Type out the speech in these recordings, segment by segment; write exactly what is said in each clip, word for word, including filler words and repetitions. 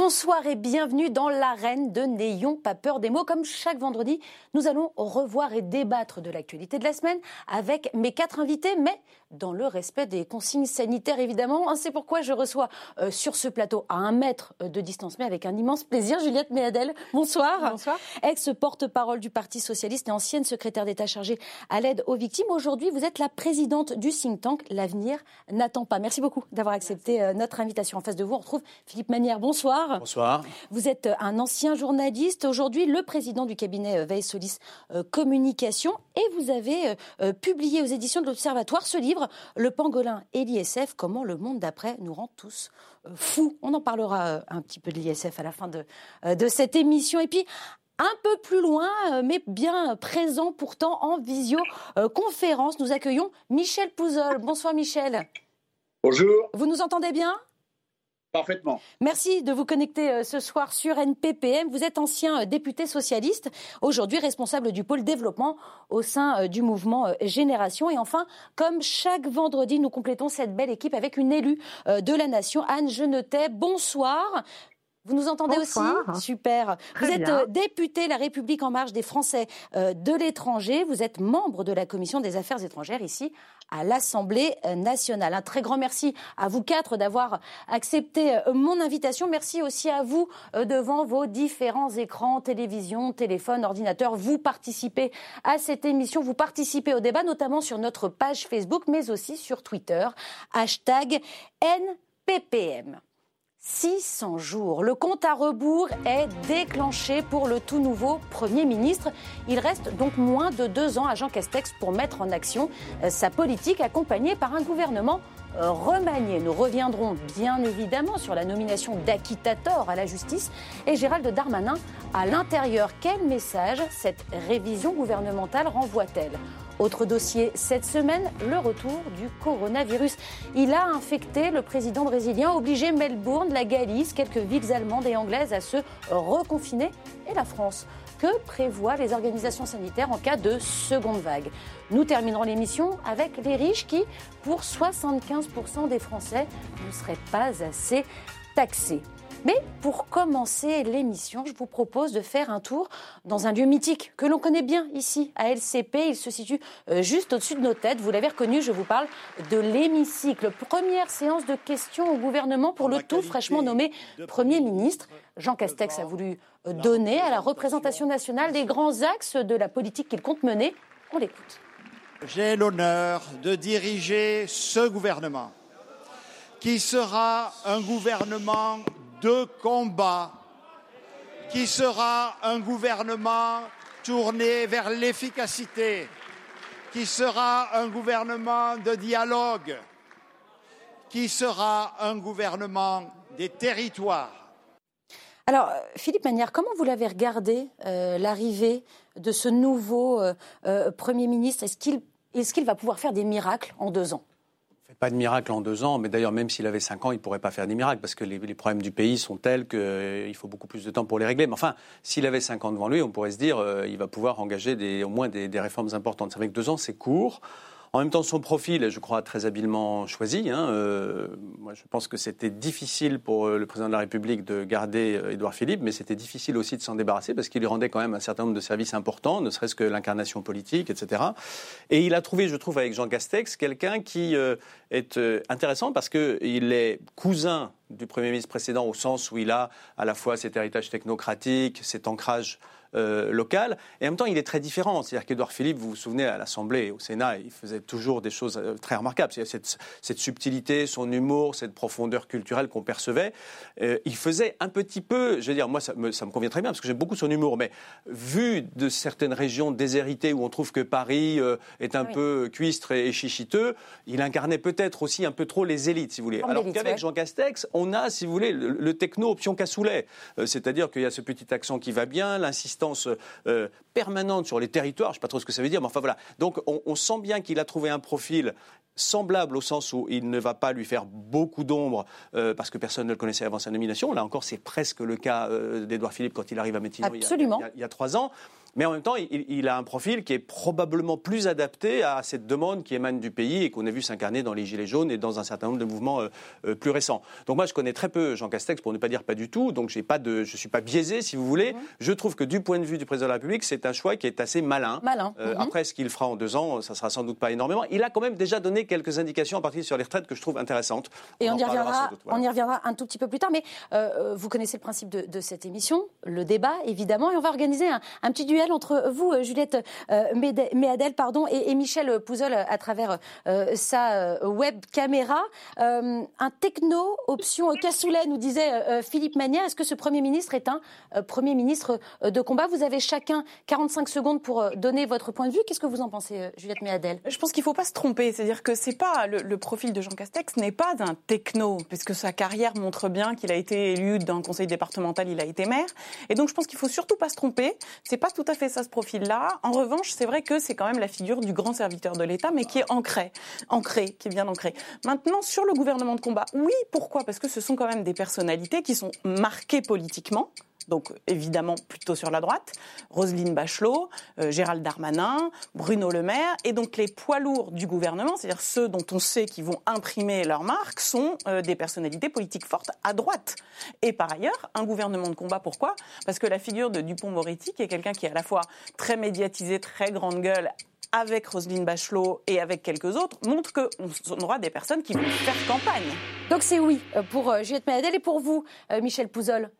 Bonsoir et bienvenue dans l'arène de N'ayons pas peur des mots. Comme chaque vendredi, nous allons revoir et débattre de l'actualité de la semaine avec mes quatre invités, mais dans le respect des consignes sanitaires évidemment. C'est pourquoi je reçois euh, sur ce plateau à un mètre de distance, mais avec un immense plaisir, Juliette Méadel. Bonsoir. Bonsoir. Ex-porte-parole du Parti Socialiste et ancienne secrétaire d'État chargée à l'aide aux victimes. Aujourd'hui, vous êtes la présidente du think tank L'avenir n'attend pas. Merci beaucoup d'avoir accepté euh, notre invitation. En face de vous, on retrouve Philippe Manière. Bonsoir. Bonsoir. Vous êtes un ancien journaliste, aujourd'hui le président du cabinet Veil Solis euh, Communication, et vous avez euh, publié aux éditions de l'Observatoire ce livre, Le Pangolin et l'I S F, comment le monde d'après nous rend tous euh, fous. On en parlera euh, un petit peu de l'I S F à la fin de, euh, de cette émission. Et puis, un peu plus loin, euh, mais bien présent pourtant en visioconférence, nous accueillons Michel Pouzol. Bonsoir Michel. Bonjour. Vous nous entendez bien ? Parfaitement. Merci de vous connecter ce soir sur N P P M. Vous êtes ancien député socialiste, aujourd'hui responsable du pôle développement au sein du mouvement Génération. Et enfin, comme chaque vendredi, nous complétons cette belle équipe avec une élue de la Nation, Anne Genetet. Bonsoir. Vous nous entendez Bonsoir. aussi ? Super. Très vous êtes bien. député La République en marche des Français de l'étranger. Vous êtes membre de la Commission des Affaires étrangères ici à l'Assemblée nationale. Un très grand merci à vous quatre d'avoir accepté mon invitation. Merci aussi à vous devant vos différents écrans, télévision, téléphone, ordinateur. Vous participez à cette émission, vous participez au débat, notamment sur notre page Facebook, mais aussi sur Twitter. Hashtag N P P M. six cents jours. Le compte à rebours est déclenché pour le tout nouveau Premier ministre. Il reste donc moins de deux ans à Jean Castex pour mettre en action sa politique accompagnée par un gouvernement remanié. Nous reviendrons bien évidemment sur la nomination d'Acquitator à la justice et Gérald Darmanin à l'intérieur. Quel message cette révision gouvernementale renvoie-t-elle ? Autre dossier cette semaine, le retour du coronavirus. Il a infecté le président brésilien, obligé Melbourne, la Galice, quelques villes allemandes et anglaises à se reconfiner. Et la France, que prévoient les organisations sanitaires en cas de seconde vague ? Nous terminerons l'émission avec les riches qui, pour soixante-quinze pour cent des Français, ne seraient pas assez taxés. Mais pour commencer l'émission, je vous propose de faire un tour dans un lieu mythique que l'on connaît bien ici, à L C P. Il se situe juste au-dessus de nos têtes. Vous l'avez reconnu, je vous parle de l'hémicycle. Première séance de questions au gouvernement pour le tout fraîchement nommé Premier ministre. Jean Castex a voulu donner à la représentation nationale les grands axes de la politique qu'il compte mener. On l'écoute. J'ai l'honneur de diriger ce gouvernement, qui sera un gouvernement de combat, qui sera un gouvernement tourné vers l'efficacité, qui sera un gouvernement de dialogue, qui sera un gouvernement des territoires. Alors, Philippe Manière, comment vous l'avez regardé, euh, l'arrivée de ce nouveau euh, euh, Premier ministre ? Est-ce qu'il, est-ce qu'il va pouvoir faire des miracles en deux ans ? Pas de miracle en deux ans, mais d'ailleurs, même s'il avait cinq ans, il ne pourrait pas faire des miracles parce que les, les problèmes du pays sont tels qu'il euh, faut beaucoup plus de temps pour les régler. Mais enfin, s'il avait cinq ans devant lui, on pourrait se dire euh, il va pouvoir engager des, au moins des, des réformes importantes. C'est vrai que deux ans, c'est court. En même temps, son profil est, je crois, très habilement choisi. Hein. Euh, moi, je pense que c'était difficile pour le président de la République de garder Édouard Philippe, mais c'était difficile aussi de s'en débarrasser parce qu'il lui rendait quand même un certain nombre de services importants, ne serait-ce que l'incarnation politique, et cetera. Et il a trouvé, je trouve, avec Jean Castex, quelqu'un qui euh, est euh, intéressant parce qu'il est cousin du Premier ministre précédent au sens où il a à la fois cet héritage technocratique, cet ancrage Euh, local, et en même temps il est très différent. C'est-à-dire qu'Édouard Philippe, vous vous souvenez, à l'Assemblée, au Sénat, il faisait toujours des choses euh, très remarquables. C'est-à-dire cette, cette subtilité, son humour, cette profondeur culturelle qu'on percevait. Euh, il faisait un petit peu, je veux dire, moi ça me, ça me convient très bien parce que j'aime beaucoup son humour, mais vu de certaines régions déshéritées où on trouve que Paris euh, est un oui. peu cuistre et, et chichiteux, il incarnait peut-être aussi un peu trop les élites, si vous voulez. Comme Alors qu'avec ouais. Jean Castex, on a, si vous voulez, le, le techno option cassoulet. Euh, c'est-à-dire qu'il y a ce petit accent qui va bien, l'insistance Euh, permanente sur les territoires, je ne sais pas trop ce que ça veut dire, mais enfin voilà. Donc on, on sent bien qu'il a trouvé un profil semblable au sens où il ne va pas lui faire beaucoup d'ombre euh, parce que personne ne le connaissait avant sa nomination. Là encore, c'est presque le cas euh, d'Édouard Philippe quand il arrive à Matignon il y, a, il, y a, il y a trois ans. Mais en même temps, il, il a un profil qui est probablement plus adapté à cette demande qui émane du pays et qu'on a vu s'incarner dans les Gilets jaunes et dans un certain nombre de mouvements euh, euh, plus récents. Donc moi, je connais très peu Jean Castex, pour ne pas dire pas du tout. Donc j'ai pas de, je ne suis pas biaisé, si vous voulez. Mmh. Je trouve que du point de vue du président de la République, c'est un choix qui est assez malin. malin. Euh, mmh. Après, ce qu'il fera en deux ans, ça sera sans doute pas énormément. Il a quand même déjà donné quelques indications, en particulier sur les retraites, que je trouve intéressantes. Et on, on, y, reviendra, doute, voilà. on y reviendra un tout petit peu plus tard. Mais euh, vous connaissez le principe de, de cette émission, le débat, évidemment. Et on va organiser un, un petit duel entre vous, Juliette euh, Méadel pardon, et, et Michel Pouzol à travers euh, sa euh, web caméra. Euh, un techno option cassoulet, nous disait euh, Philippe Magnat. Est-ce que ce Premier ministre est un euh, Premier ministre euh, de combat? Vous avez chacun quarante-cinq secondes pour euh, donner votre point de vue. Qu'est-ce que vous en pensez, euh, Juliette Méadel? Je pense qu'il ne faut pas se tromper. C'est-à-dire que c'est pas le, le profil de Jean Castex n'est pas un techno, puisque sa carrière montre bien qu'il a été élu d'un conseil départemental, il a été maire. Et donc je pense qu'il ne faut surtout pas se tromper. C'est pas tout à fait ça, ce profil-là. En revanche, c'est vrai que c'est quand même la figure du grand serviteur de l'État, mais qui est ancré, ancré, qui est bien ancré. Maintenant, sur le gouvernement de combat, oui, pourquoi ? Parce que ce sont quand même des personnalités qui sont marquées politiquement. Donc évidemment plutôt sur la droite, Roselyne Bachelot, euh, Gérald Darmanin, Bruno Le Maire, et donc les poids lourds du gouvernement, c'est-à-dire ceux dont on sait qu'ils vont imprimer leur marque, sont euh, des personnalités politiques fortes à droite. Et par ailleurs, un gouvernement de combat, pourquoi ? Parce que la figure de Dupond-Moretti, qui est quelqu'un qui est à la fois très médiatisé, très grande gueule, avec Roselyne Bachelot et avec quelques autres, montre qu'on aura des personnes qui vont faire campagne. Donc c'est oui pour euh, Juliette Méadel et pour vous, euh, Michel Pouzol.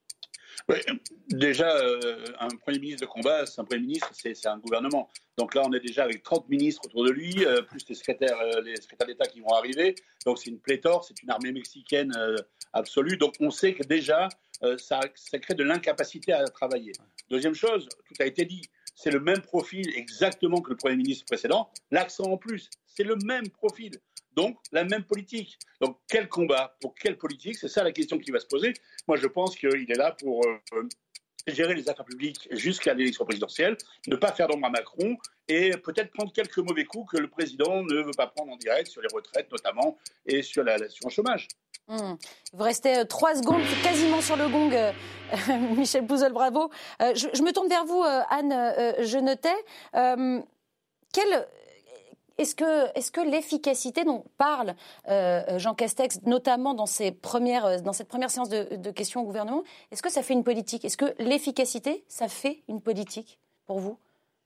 Oui, déjà, euh, un Premier ministre de combat, c'est un Premier ministre, c'est, c'est un gouvernement. Donc là, on est déjà avec trente ministres autour de lui, euh, plus les secrétaires, euh, les secrétaires d'État qui vont arriver. Donc c'est une pléthore, c'est une armée mexicaine euh, absolue. Donc on sait que déjà, euh, ça, ça crée de l'incapacité à travailler. Deuxième chose, tout a été dit, c'est le même profil exactement que le Premier ministre précédent. L'accent en plus, c'est le même profil. Donc, la même politique. Donc, quel combat pour quelle politique? C'est ça la question qui va se poser. Moi, je pense qu'il est là pour euh, gérer les affaires publiques jusqu'à l'élection présidentielle, ne pas faire d'ombre à Macron et peut-être prendre quelques mauvais coups que le président ne veut pas prendre en direct sur les retraites notamment et sur la, sur le chômage. Mmh. Vous restez euh, trois secondes, quasiment sur le gong, euh, euh, Michel Pouzol, bravo. Euh, je, je me tourne vers vous, euh, Anne euh, Genetet. Euh, quel... Est-ce que, est-ce que l'efficacité dont parle euh, Jean Castex, notamment dans, ses premières, dans cette première séance de, de questions au gouvernement, est-ce que ça fait une politique ? Est-ce que l'efficacité, ça fait une politique pour vous ?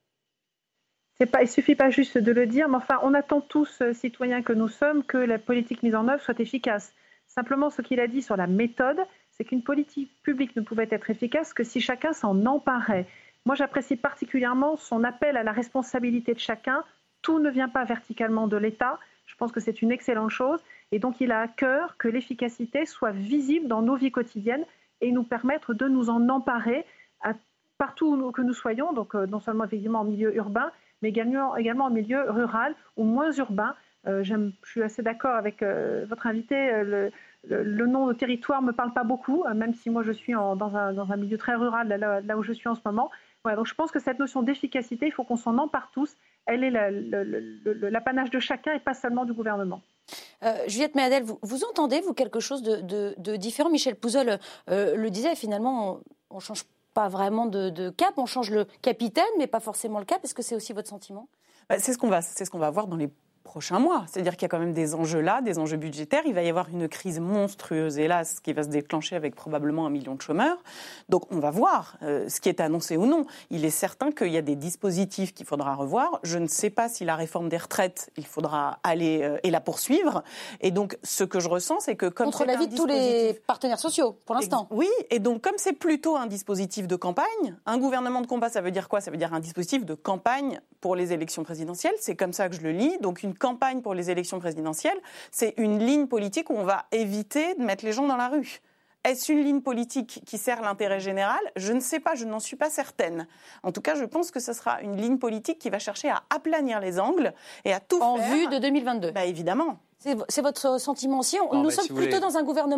C'est pas, il ne suffit pas juste de le dire, mais enfin, on attend tous, citoyens que nous sommes, que la politique mise en œuvre soit efficace. Simplement, ce qu'il a dit sur la méthode, c'est qu'une politique publique ne pouvait être efficace que si chacun s'en emparait. Moi, j'apprécie particulièrement son appel à la responsabilité de chacun. Tout ne vient pas verticalement de l'État. Je pense que c'est une excellente chose. Et donc, il a à cœur que l'efficacité soit visible dans nos vies quotidiennes et nous permettre de nous en emparer à, partout où que nous soyons, donc euh, non seulement effectivement en milieu urbain, mais également, également en milieu rural ou moins urbain. Euh, j'aime, je suis assez d'accord avec euh, votre invité. Euh, le, le, le nom de territoire ne me parle pas beaucoup, euh, même si moi je suis en, dans, un, dans un milieu très rural, là, là où je suis en ce moment. Voilà, donc je pense que cette notion d'efficacité, il faut qu'on s'en empare tous. Elle est la, la, la, l'apanage de chacun et pas seulement du gouvernement. Euh, Juliette Méadel, vous, vous entendez, vous, quelque chose de, de, de différent ? Michel Pouzol euh, le disait, finalement, on ne change pas vraiment de, de cap, on change le capitaine, mais pas forcément le cap. Est-ce que c'est aussi votre sentiment ? Bah, c'est ce qu'on va, c'est ce qu'on va voir dans les prochains mois. C'est-à-dire qu'il y a quand même des enjeux là, des enjeux budgétaires. Il va y avoir une crise monstrueuse, hélas, qui va se déclencher avec probablement un million de chômeurs. Donc on va voir euh, ce qui est annoncé ou non. Il est certain qu'il y a des dispositifs qu'il faudra revoir. Je ne sais pas si la réforme des retraites, il faudra aller euh, et la poursuivre. Et donc ce que je ressens, c'est que comme contre l'avis de tous les partenaires sociaux, pour l'instant. Ex- oui, et donc comme c'est plutôt un dispositif de campagne, un gouvernement de combat, ça veut dire quoi ? Ça veut dire un dispositif de campagne pour les élections présidentielles. C'est comme ça que je le lis. Donc une campagne pour les élections présidentielles, c'est une ligne politique où on va éviter de mettre les gens dans la rue. Est-ce une ligne politique qui sert l'intérêt général ? Je ne sais pas, je n'en suis pas certaine. En tout cas, je pense que ce sera une ligne politique qui va chercher à aplanir les angles et à tout en faire. En vue de deux mille vingt-deux. Bah, évidemment. C'est, c'est votre sentiment aussi. On, non, nous bah, sommes si plutôt voulez... dans un gouvernement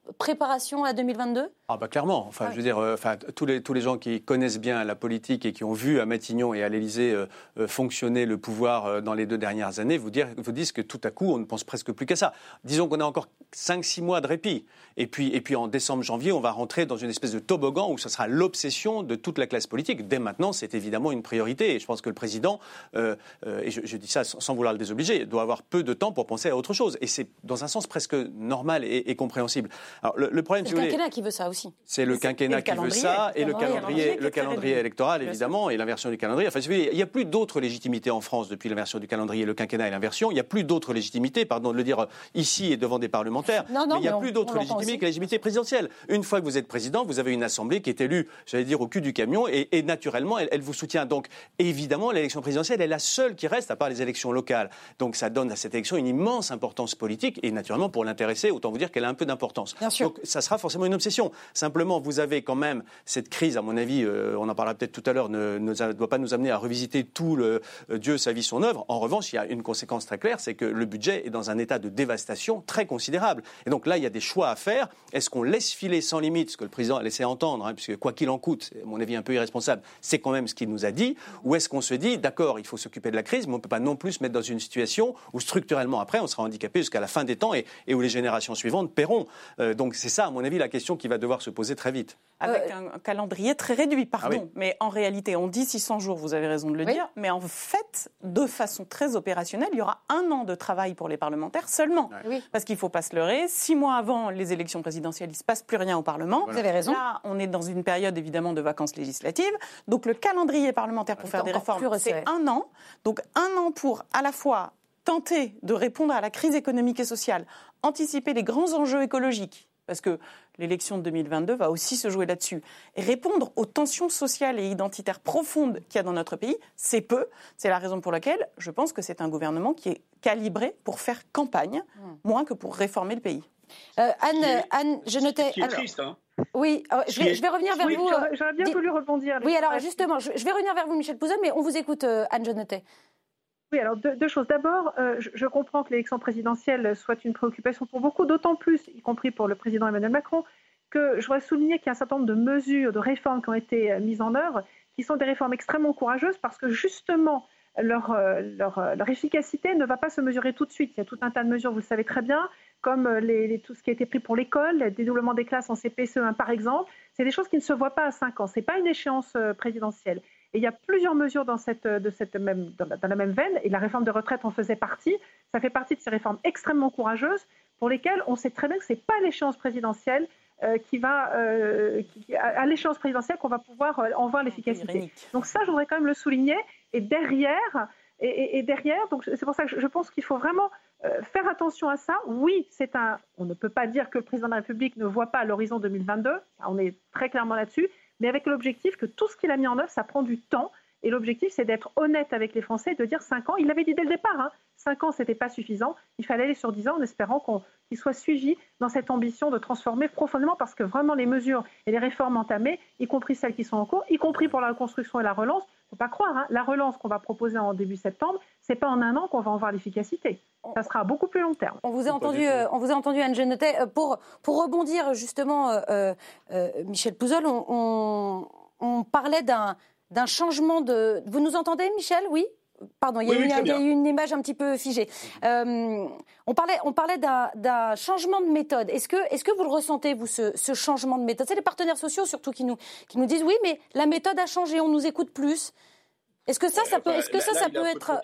préparation à deux mille vingt-deux ? Ah bah clairement. Enfin, ouais. je veux dire, euh, enfin, tous les tous les gens qui connaissent bien la politique et qui ont vu à Matignon et à l'Élysée euh, euh, fonctionner le pouvoir euh, dans les deux dernières années, vous dire, vous disent que tout à coup, on ne pense presque plus qu'à ça. Disons qu'on a encore cinq six mois de répit. Et puis et puis en décembre, janvier, on va rentrer dans une espèce de toboggan où ce sera l'obsession de toute la classe politique. Dès maintenant, c'est évidemment une priorité. Et je pense que le président, euh, euh, et je, je dis ça sans, sans vouloir le désobliger, doit avoir peu de temps pour penser à autre chose. Et c'est dans un sens presque normal et, et compréhensible. Alors le, le problème, c'est si le vous voulez, quinquennat qui veut ça aussi. C'est le quinquennat qui veut ça et le calendrier, le calendrier électoral, évidemment, et l'inversion du calendrier. Enfin, il n'y a plus d'autres légitimités en France depuis l'inversion du calendrier, le quinquennat et l'inversion. Il n'y a plus d'autres légitimités, pardon de le dire ici et devant des parlementaires, non, non, mais il n'y a mais plus on, d'autres on légitimités que la légitimité présidentielle. Une fois que vous êtes président, vous avez une assemblée qui est élue, j'allais dire, au cul du camion, et, et naturellement, elle, elle vous soutient. Donc, évidemment, l'élection présidentielle est la seule qui reste, à part les élections locales. Donc, ça donne à cette élection une immense importance politique, et naturellement, pour l'intéresser, autant vous dire qu'elle a un peu d'importance. Bien sûr. Donc, ça sera forcément une obsession. Simplement, vous avez quand même cette crise, à mon avis, euh, on en parlera peut-être tout à l'heure, ne, ne doit pas nous amener à revisiter tout le euh, Dieu, sa vie, son œuvre. En revanche, il y a une conséquence très claire, c'est que le budget est dans un état de dévastation très considérable. Et donc là, il y a des choix à faire. Est-ce qu'on laisse filer sans limite ce que le président a laissé entendre, hein, puisque quoi qu'il en coûte, c'est à mon avis un peu irresponsable, c'est quand même ce qu'il nous a dit, ou est-ce qu'on se dit, d'accord, il faut s'occuper de la crise, mais on ne peut pas non plus se mettre dans une situation où structurellement après, on sera handicapé jusqu'à la fin des temps et, et où les générations suivantes paieront. Euh, donc c'est ça, à mon avis, la question qui va devoir se poser très vite. Avec euh, un calendrier très réduit, pardon. Ah oui. Mais en réalité, on dit six cents jours, vous avez raison de le oui. dire, mais en fait, de façon très opérationnelle, il y aura un an de travail pour les parlementaires seulement. Oui. Parce qu'il ne faut pas se leurrer, six mois avant les élections présidentielles, il ne se passe plus rien au Parlement. Voilà. Vous avez raison. Là, on est dans une période évidemment de vacances législatives. Donc le calendrier parlementaire pour faire des réformes, c'est un an. Donc un an pour à la fois tenter de répondre à la crise économique et sociale, anticiper les grands enjeux écologiques, parce que l'élection de deux mille vingt-deux va aussi se jouer là-dessus. Et répondre aux tensions sociales et identitaires profondes qu'il y a dans notre pays, c'est peu. C'est la raison pour laquelle je pense que c'est un gouvernement qui est calibré pour faire campagne, mmh. moins que pour réformer le pays. Euh, Anne, est, Anne, je notais... C'est triste, hein. Oui, euh, je, vais, je vais revenir vers oui, vous. J'aurais, j'aurais bien voulu rebondir. Oui, alors justement, je, je vais revenir vers vous, Michel Pouzol, mais on vous écoute, euh, Anne Genetet. Oui, alors deux, deux choses. D'abord, euh, je, je comprends que l'élection présidentielle soit une préoccupation pour beaucoup, d'autant plus, y compris pour le président Emmanuel Macron, que je voudrais souligner qu'il y a un certain nombre de mesures, de réformes qui ont été mises en œuvre, qui sont des réformes extrêmement courageuses parce que justement, leur, leur, leur efficacité ne va pas se mesurer tout de suite. Il y a tout un tas de mesures, vous le savez très bien, comme les, les, tout ce qui a été pris pour l'école, le dédoublement des classes en C P C E un par exemple. C'est des choses qui ne se voient pas à cinq ans. Ce n'est pas une échéance présidentielle. Et il y a plusieurs mesures dans, cette, de cette même, dans, la, dans la même veine, et la réforme de retraite en faisait partie. Ça fait partie de ces réformes extrêmement courageuses pour lesquelles on sait très bien que ce n'est pas l'échéance présidentielle euh, qui va, euh, qui, à, à l'échéance présidentielle qu'on va pouvoir euh, en voir l'efficacité. Donc ça, je voudrais quand même le souligner. Et derrière, et, et, et derrière donc c'est pour ça que je, je pense qu'il faut vraiment euh, faire attention à ça. Oui, c'est un, on ne peut pas dire que le président de la République ne voit pas à l'horizon deux mille vingt-deux. On est très clairement là-dessus. Mais avec l'objectif que tout ce qu'il a mis en œuvre, ça prend du temps. Et l'objectif, c'est d'être honnête avec les Français, de dire cinq ans. Il l'avait dit dès le départ, hein, cinq ans, ce n'était pas suffisant. Il fallait aller sur dix ans en espérant qu'on, qu'il soit suivi dans cette ambition de transformer profondément, parce que vraiment les mesures et les réformes entamées, y compris celles qui sont en cours, y compris pour la reconstruction et la relance, il ne faut pas croire, hein, la relance qu'on va proposer en début septembre, ce n'est pas en un an qu'on va en voir l'efficacité. Ça sera à beaucoup plus long terme. On vous a entendu, euh, on vous a entendu Anne Genetet. Euh, pour, pour rebondir justement, euh, euh, Michel Pouzol, on, on, on parlait d'un, d'un changement de... Vous nous entendez, Michel? Oui? Pardon, il y a, oui, eu, oui, il y a eu une image un petit peu figée. Euh, on parlait, on parlait d'un, d'un changement de méthode. Est-ce que, est-ce que vous le ressentez, vous, ce, ce changement de méthode? C'est les partenaires sociaux surtout qui nous, qui nous disent oui, mais la méthode a changé, on nous écoute plus. Est-ce que ça, ça peut, est-ce que ça, là, ça peut être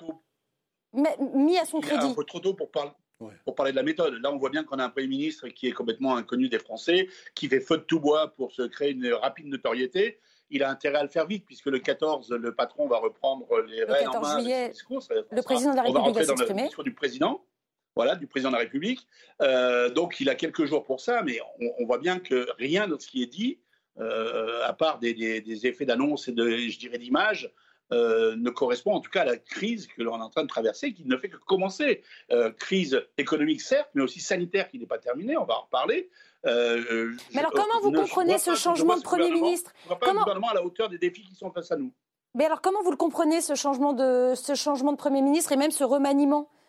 mis à son crédit? Il est un peu trop tôt pour parler. Ouais. Pour parler de la méthode. Là, on voit bien qu'on a un Premier ministre qui est complètement inconnu des Français, qui fait feu de tout bois pour se créer une rapide notoriété. Il a intérêt à le faire vite, puisque le quatorze, le patron va reprendre les rênes en main. Juillet, discours, ça, le président de la République va s'exprimer. On va rentrer dans le discours du président, voilà, du président de la République. Euh, donc, il a quelques jours pour ça, mais on, on voit bien que rien de ce qui est dit, euh, à part des, des, des effets d'annonce et de, je dirais, d'image, Euh, ne correspond en tout cas à la crise que l'on est en train de traverser, qui ne fait que commencer. Euh, crise économique, certes, mais aussi sanitaire qui n'est pas terminée, on va en reparler. Euh, mais alors, comment vous comprenez ce changement de Premier ministre? On ne voit pas un gouvernement à la hauteur des défis qui sont face à nous. Mais alors, comment vous le comprenez, ce changement de, ce changement de Premier ministre et même ce remaniement?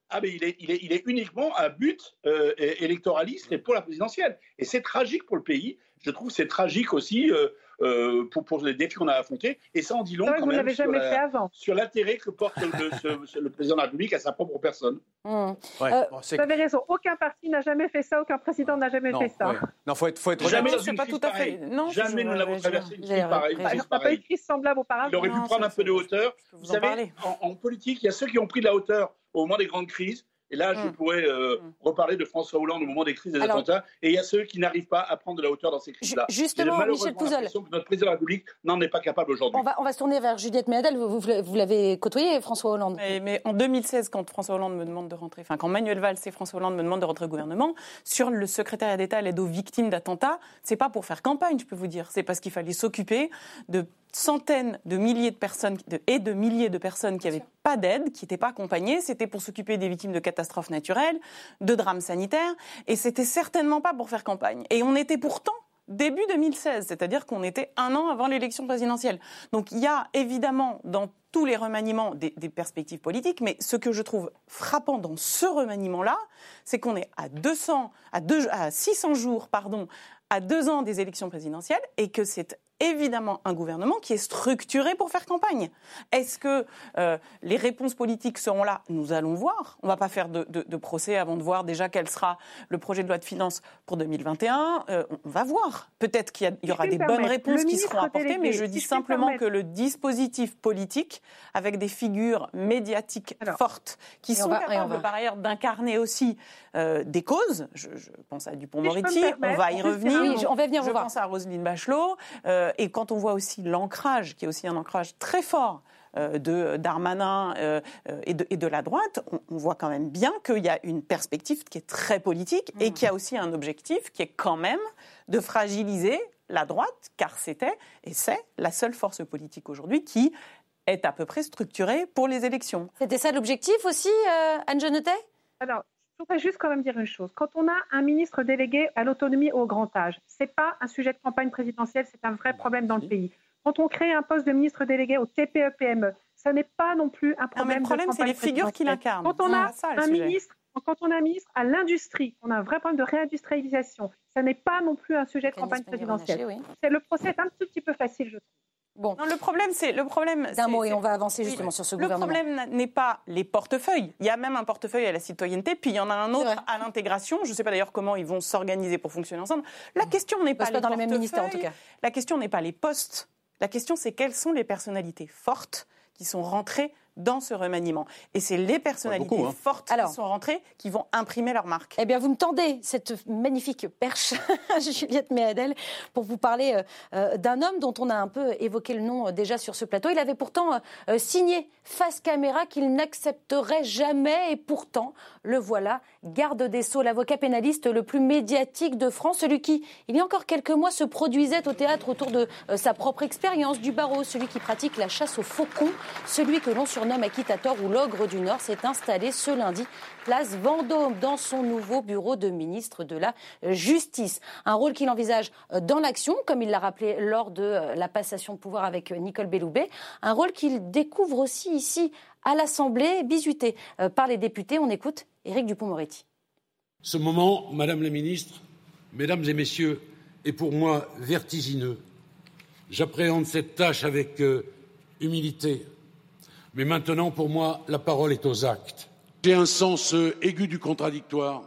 Ah mais il est, il est, il est uniquement à but euh, électoraliste et pour la présidentielle. Et c'est tragique pour le pays. Je trouve que c'est tragique aussi euh, euh, pour, pour les défis qu'on a affrontés. Et ça en dit long vrai, quand vous même l'avez sur, jamais la, fait avant. sur l'intérêt que porte le, ce, le président de la République à sa propre personne. Mmh. Ouais, Euh, bon, Vous avez raison. Aucun parti n'a jamais fait ça. Aucun président n'a jamais non, fait ça. ouais. Non, faut être, faut être Jamais honnête. dans c'est une pas crise tout à fait- pareille. non, Jamais je- nous n'avons je- traversé une j'ai- crise pareille. j'ai- une Bah, crise on n'a pas eu pareille. de crise semblable auparavant. Il aurait Non, pu prendre ça, un peu de je- hauteur. je peux vous Vous en savez, parler. en, en politique, il y a ceux qui ont pris de la hauteur au moment des grandes crises. Et là, je Mm. pourrais euh, Mm. reparler de François Hollande au moment des crises des Alors- attentats. Et il y a ceux qui n'arrivent pas à prendre de la hauteur dans ces crises-là. Ju- justement, J'ai malheureusement Michel Pouzol. l'impression que notre président de la République n'en est pas capable aujourd'hui. On va, on va se tourner vers Juliette Méadel. Vous, vous, vous l'avez côtoyé, François Hollande. Mais, mais en deux mille seize, quand François Hollande me demande de rentrer, enfin quand Manuel Valls et François Hollande me demandent de rentrer au gouvernement, sur le secrétariat d'État à l'aide aux victimes d'attentats, c'est pas pour faire campagne, je peux vous dire, c'est parce qu'il fallait s'occuper de centaines de milliers de personnes de, et de milliers de personnes qui n'avaient pas d'aide, qui n'étaient pas accompagnées. C'était pour s'occuper des victimes de catastrophes naturelles, de drames sanitaires, et c'était certainement pas pour faire campagne. Et on était pourtant début deux mille seize, c'est-à-dire qu'on était un an avant l'élection présidentielle. Donc il y a évidemment dans tous les remaniements des, des perspectives politiques, mais ce que je trouve frappant dans ce remaniement-là, c'est qu'on est à deux cents, à, deux, à six cents jours, pardon, à deux ans des élections présidentielles, et que c'est évidemment un gouvernement qui est structuré pour faire campagne. Est-ce que euh, les réponses politiques seront là ? Nous allons voir. On ne va pas faire de, de, de procès avant de voir déjà quel sera le projet de loi de finances pour deux mille vingt et un. Euh, on va voir. Peut-être qu'il y, a, il y aura Si des je puis bonnes me permettre, réponses le qui seront ministre apportées, délégué, mais je si dis je puis me simplement permettre. que le dispositif politique, avec des figures médiatiques Alors, fortes, qui et on sont va- et on capables va- par ailleurs d'incarner aussi euh, des causes, je, je pense à Si je peux Dupond-Moretti, me on permettre, va y juste revenir. Oui, je- on va venir Je vous voir. pense à Roselyne Bachelot, euh, et quand on voit aussi l'ancrage, qui est aussi un ancrage très fort euh, de Darmanin euh, euh, et, de, et de la droite, on, on voit quand même bien qu'il y a une perspective qui est très politique et qu'il y a aussi un objectif qui est quand même de fragiliser la droite, car c'était et c'est la seule force politique aujourd'hui qui est à peu près structurée pour les élections. C'était ça l'objectif aussi, euh, Anne Genetet ? Alors, je voudrais juste quand même dire une chose. Quand on a un ministre délégué à l'autonomie ou au grand âge, ce n'est pas un sujet de campagne présidentielle, c'est un vrai problème dans le pays. Quand on crée un poste de ministre délégué au T P E P M E, ça n'est pas non plus un Non, mais problème le problème, de c'est campagne les figures qui présidentielle. l'incarnent. Quand on a C'est ça, le un sujet. ministre, quand on a un ministre à l'industrie, on a un vrai problème de réindustrialisation. Ça n'est pas non plus un sujet de campagne présidentielle. Oui. C'est le procès est un tout petit peu facile, je trouve. Bon, Non, le problème, c'est le problème. d'un c'est- mot, et c'est- on va avancer Oui, justement sur ce Le gouvernement. problème n'est pas les portefeuilles. Il y a même un portefeuille à la citoyenneté, puis il y en a un C'est autre vrai. à l'intégration. Je ne sais pas d'ailleurs comment ils vont s'organiser pour fonctionner ensemble. La question n'est Bah, pas, c'est pas les dans les mêmes ministères, en tout portefeuilles. cas. La question n'est pas les postes. La question, c'est quelles sont les personnalités fortes qui sont rentrées dans ce remaniement. Et c'est les personnalités beaucoup, hein. fortes Alors. qui sont rentrées qui vont imprimer leur marque. Eh bien, vous me tendez cette magnifique perche, Juliette Méadel, pour vous parler euh, euh, d'un homme dont on a un peu évoqué le nom euh, déjà sur ce plateau. Il avait pourtant euh, euh, signé face caméra qu'il n'accepterait jamais, et pourtant, le voilà, garde des Sceaux, l'avocat pénaliste le plus médiatique de France, celui qui, il y a encore quelques mois, se produisait au théâtre autour de euh, sa propre expérience du barreau, celui qui pratique la chasse aux faucons, celui que l'on surnomme Acquittator ou l'ogre du Nord, s'est installé ce lundi place Vendôme dans son nouveau bureau de ministre de la Justice. Un rôle qu'il envisage dans l'action, comme il l'a rappelé lors de la passation de pouvoir avec Nicole Belloubet. Un rôle qu'il découvre aussi ici à l'Assemblée, bizuté par les députés. On écoute Éric Dupond-Moretti. Ce moment, Madame la Ministre, Mesdames et Messieurs, est pour moi vertigineux. J'appréhende cette tâche avec euh, humilité. Mais maintenant, pour moi, la parole est aux actes. J'ai un sens euh, aigu du contradictoire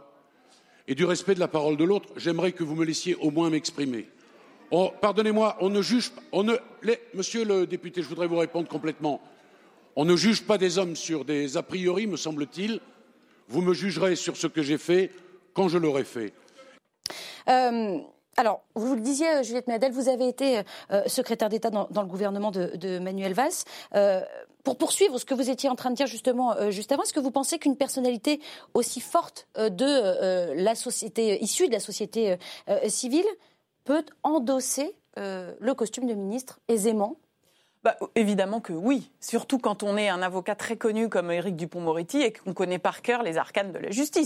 et du respect de la parole de l'autre. J'aimerais que vous me laissiez au moins m'exprimer. Oh, pardonnez-moi, on ne juge pas. On ne, les, monsieur le député, je voudrais vous répondre complètement. On ne juge pas des hommes sur des a priori, me semble-t-il. Vous me jugerez sur ce que j'ai fait quand je l'aurai fait. Euh... Alors, vous le disiez, Juliette Méadel, vous avez été euh, secrétaire d'État dans, dans le gouvernement de, de Manuel Valls. Euh, pour poursuivre ce que vous étiez en train de dire justement euh, juste avant, est-ce que vous pensez qu'une personnalité aussi forte euh, de euh, la société, issue de la société euh, civile, peut endosser euh, le costume de ministre aisément ? Bah, évidemment que oui, surtout quand on est un avocat très connu comme Éric Dupond-Moretti et qu'on connaît par cœur les arcanes de la justice.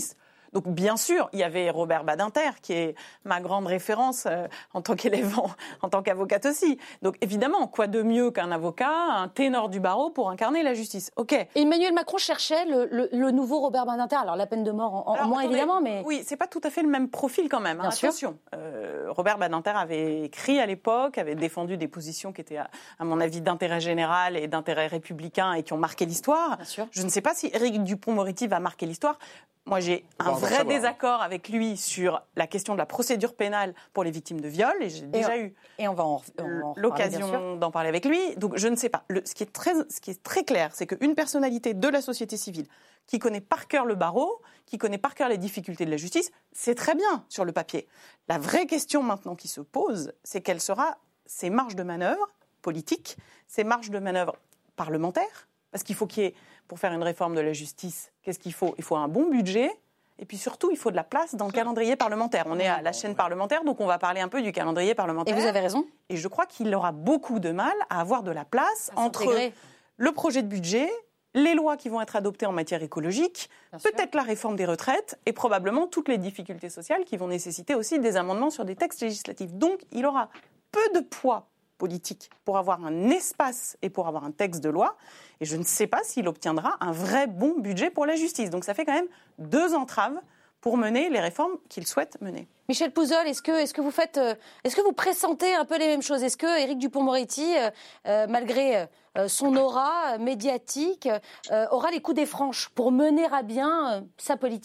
Donc bien sûr, il y avait Robert Badinter, qui est ma grande référence euh, en tant qu'élève, en, en tant qu'avocate aussi. Donc évidemment, quoi de mieux qu'un avocat, un ténor du barreau pour incarner la justice. Ok. Et Emmanuel Macron cherchait le, le, le nouveau Robert Badinter. Alors la peine de mort en, en Alors, moins attendez, évidemment, mais oui, c'est pas tout à fait le même profil quand même. Hein, attention, euh, Robert Badinter avait écrit à l'époque, avait défendu des positions qui étaient, à, à mon avis, d'intérêt général et d'intérêt républicain et qui ont marqué l'histoire. Je ne sais pas si Éric Dupond-Moretti va marquer l'histoire. Moi, j'ai un vrai désaccord avec lui sur la question de la procédure pénale pour les victimes de viol, et j'ai déjà et eu et on va en, on en l'occasion d'en parler avec lui. Donc, je ne sais pas. Le, ce, qui est très, ce qui est très clair, c'est qu'une personnalité de la société civile qui connaît par cœur le barreau, qui connaît par cœur les difficultés de la justice, c'est très bien sur le papier. La vraie question maintenant qui se pose, c'est quelles seront ses marges de manœuvre politiques, ses marges de manœuvre parlementaires, parce qu'il faut qu'il y ait, pour faire une réforme de la justice, qu'est-ce qu'il faut ? Il faut un bon budget, et puis surtout, il faut de la place dans le calendrier parlementaire. On est à la chaîne parlementaire, donc on va parler un peu du calendrier parlementaire. Et vous avez raison. Et je crois qu'il aura beaucoup de mal à avoir de la place entre le projet de budget, les lois qui vont être adoptées en matière écologique, peut-être la réforme des retraites, et probablement toutes les difficultés sociales qui vont nécessiter aussi des amendements sur des textes législatifs. Donc, il aura peu de poids politique pour avoir un espace et pour avoir un texte de loi. Et je ne sais pas s'il obtiendra un vrai bon budget pour la justice. Donc ça fait quand même deux entraves pour mener les réformes qu'il souhaite mener. Michel Pouzol, est-ce que, est-ce que vous faites, euh, est-ce que vous pressentez un peu les mêmes choses ? Est-ce que Éric Dupond-Moretti, euh, euh, malgré euh, son aura euh, médiatique, euh, aura les coups des franches pour mener à bien euh, sa politique ?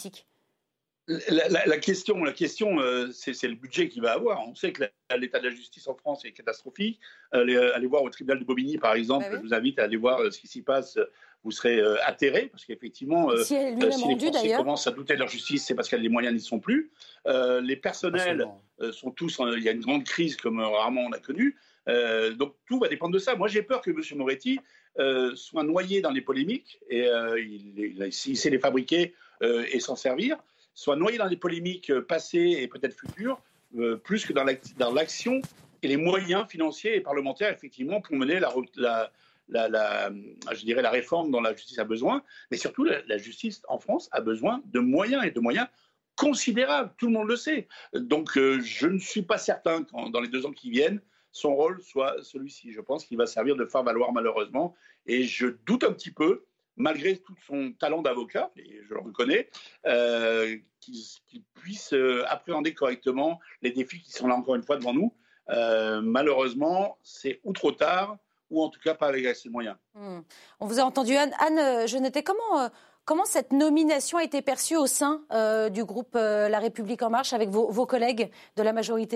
La, la, la question, la question euh, c'est, c'est le budget qu'il va avoir. On sait que la, l'état de la justice en France est catastrophique. Allez, allez voir au tribunal de Bobigny, par exemple. Bah oui. Je vous invite à aller voir euh, ce qui s'y passe. Vous serez euh, atterrés, parce qu'effectivement, euh, si, euh, si les Français commencent à douter de leur justice, c'est parce que les moyens n'y sont plus. Euh, les personnels euh, sont tous... En, il y a une grande crise comme euh, rarement on a connu. Euh, donc tout va dépendre de ça. Moi, j'ai peur que M. Moretti euh, soit noyé dans les polémiques, et euh, il, il, il sait les fabriquer euh, et s'en servir, soit noyé dans les polémiques passées et peut-être futures, euh, plus que dans, dans l'action et les moyens financiers et parlementaires, effectivement, pour mener la, la, la, la, je dirais la réforme dont la justice a besoin. Mais surtout, la, la justice en France a besoin de moyens, et de moyens considérables. Tout le monde le sait. Donc, euh, je ne suis pas certain qu'en dans les deux ans qui viennent, son rôle soit celui-ci. Je pense qu'il va servir de faire valoir, malheureusement. Et je doute un petit peu, malgré tout son talent d'avocat, et je le reconnais, euh, qu'il, qu'il puisse euh, appréhender correctement les défis qui sont là encore une fois devant nous. Euh, malheureusement, c'est ou trop tard, ou en tout cas pas avec assez de moyens. Mmh. On vous a entendu, Anne, Anne Genetet, comment, euh, comment cette nomination a été perçue au sein euh, du groupe euh, La République En Marche avec vos, vos collègues de la majorité ?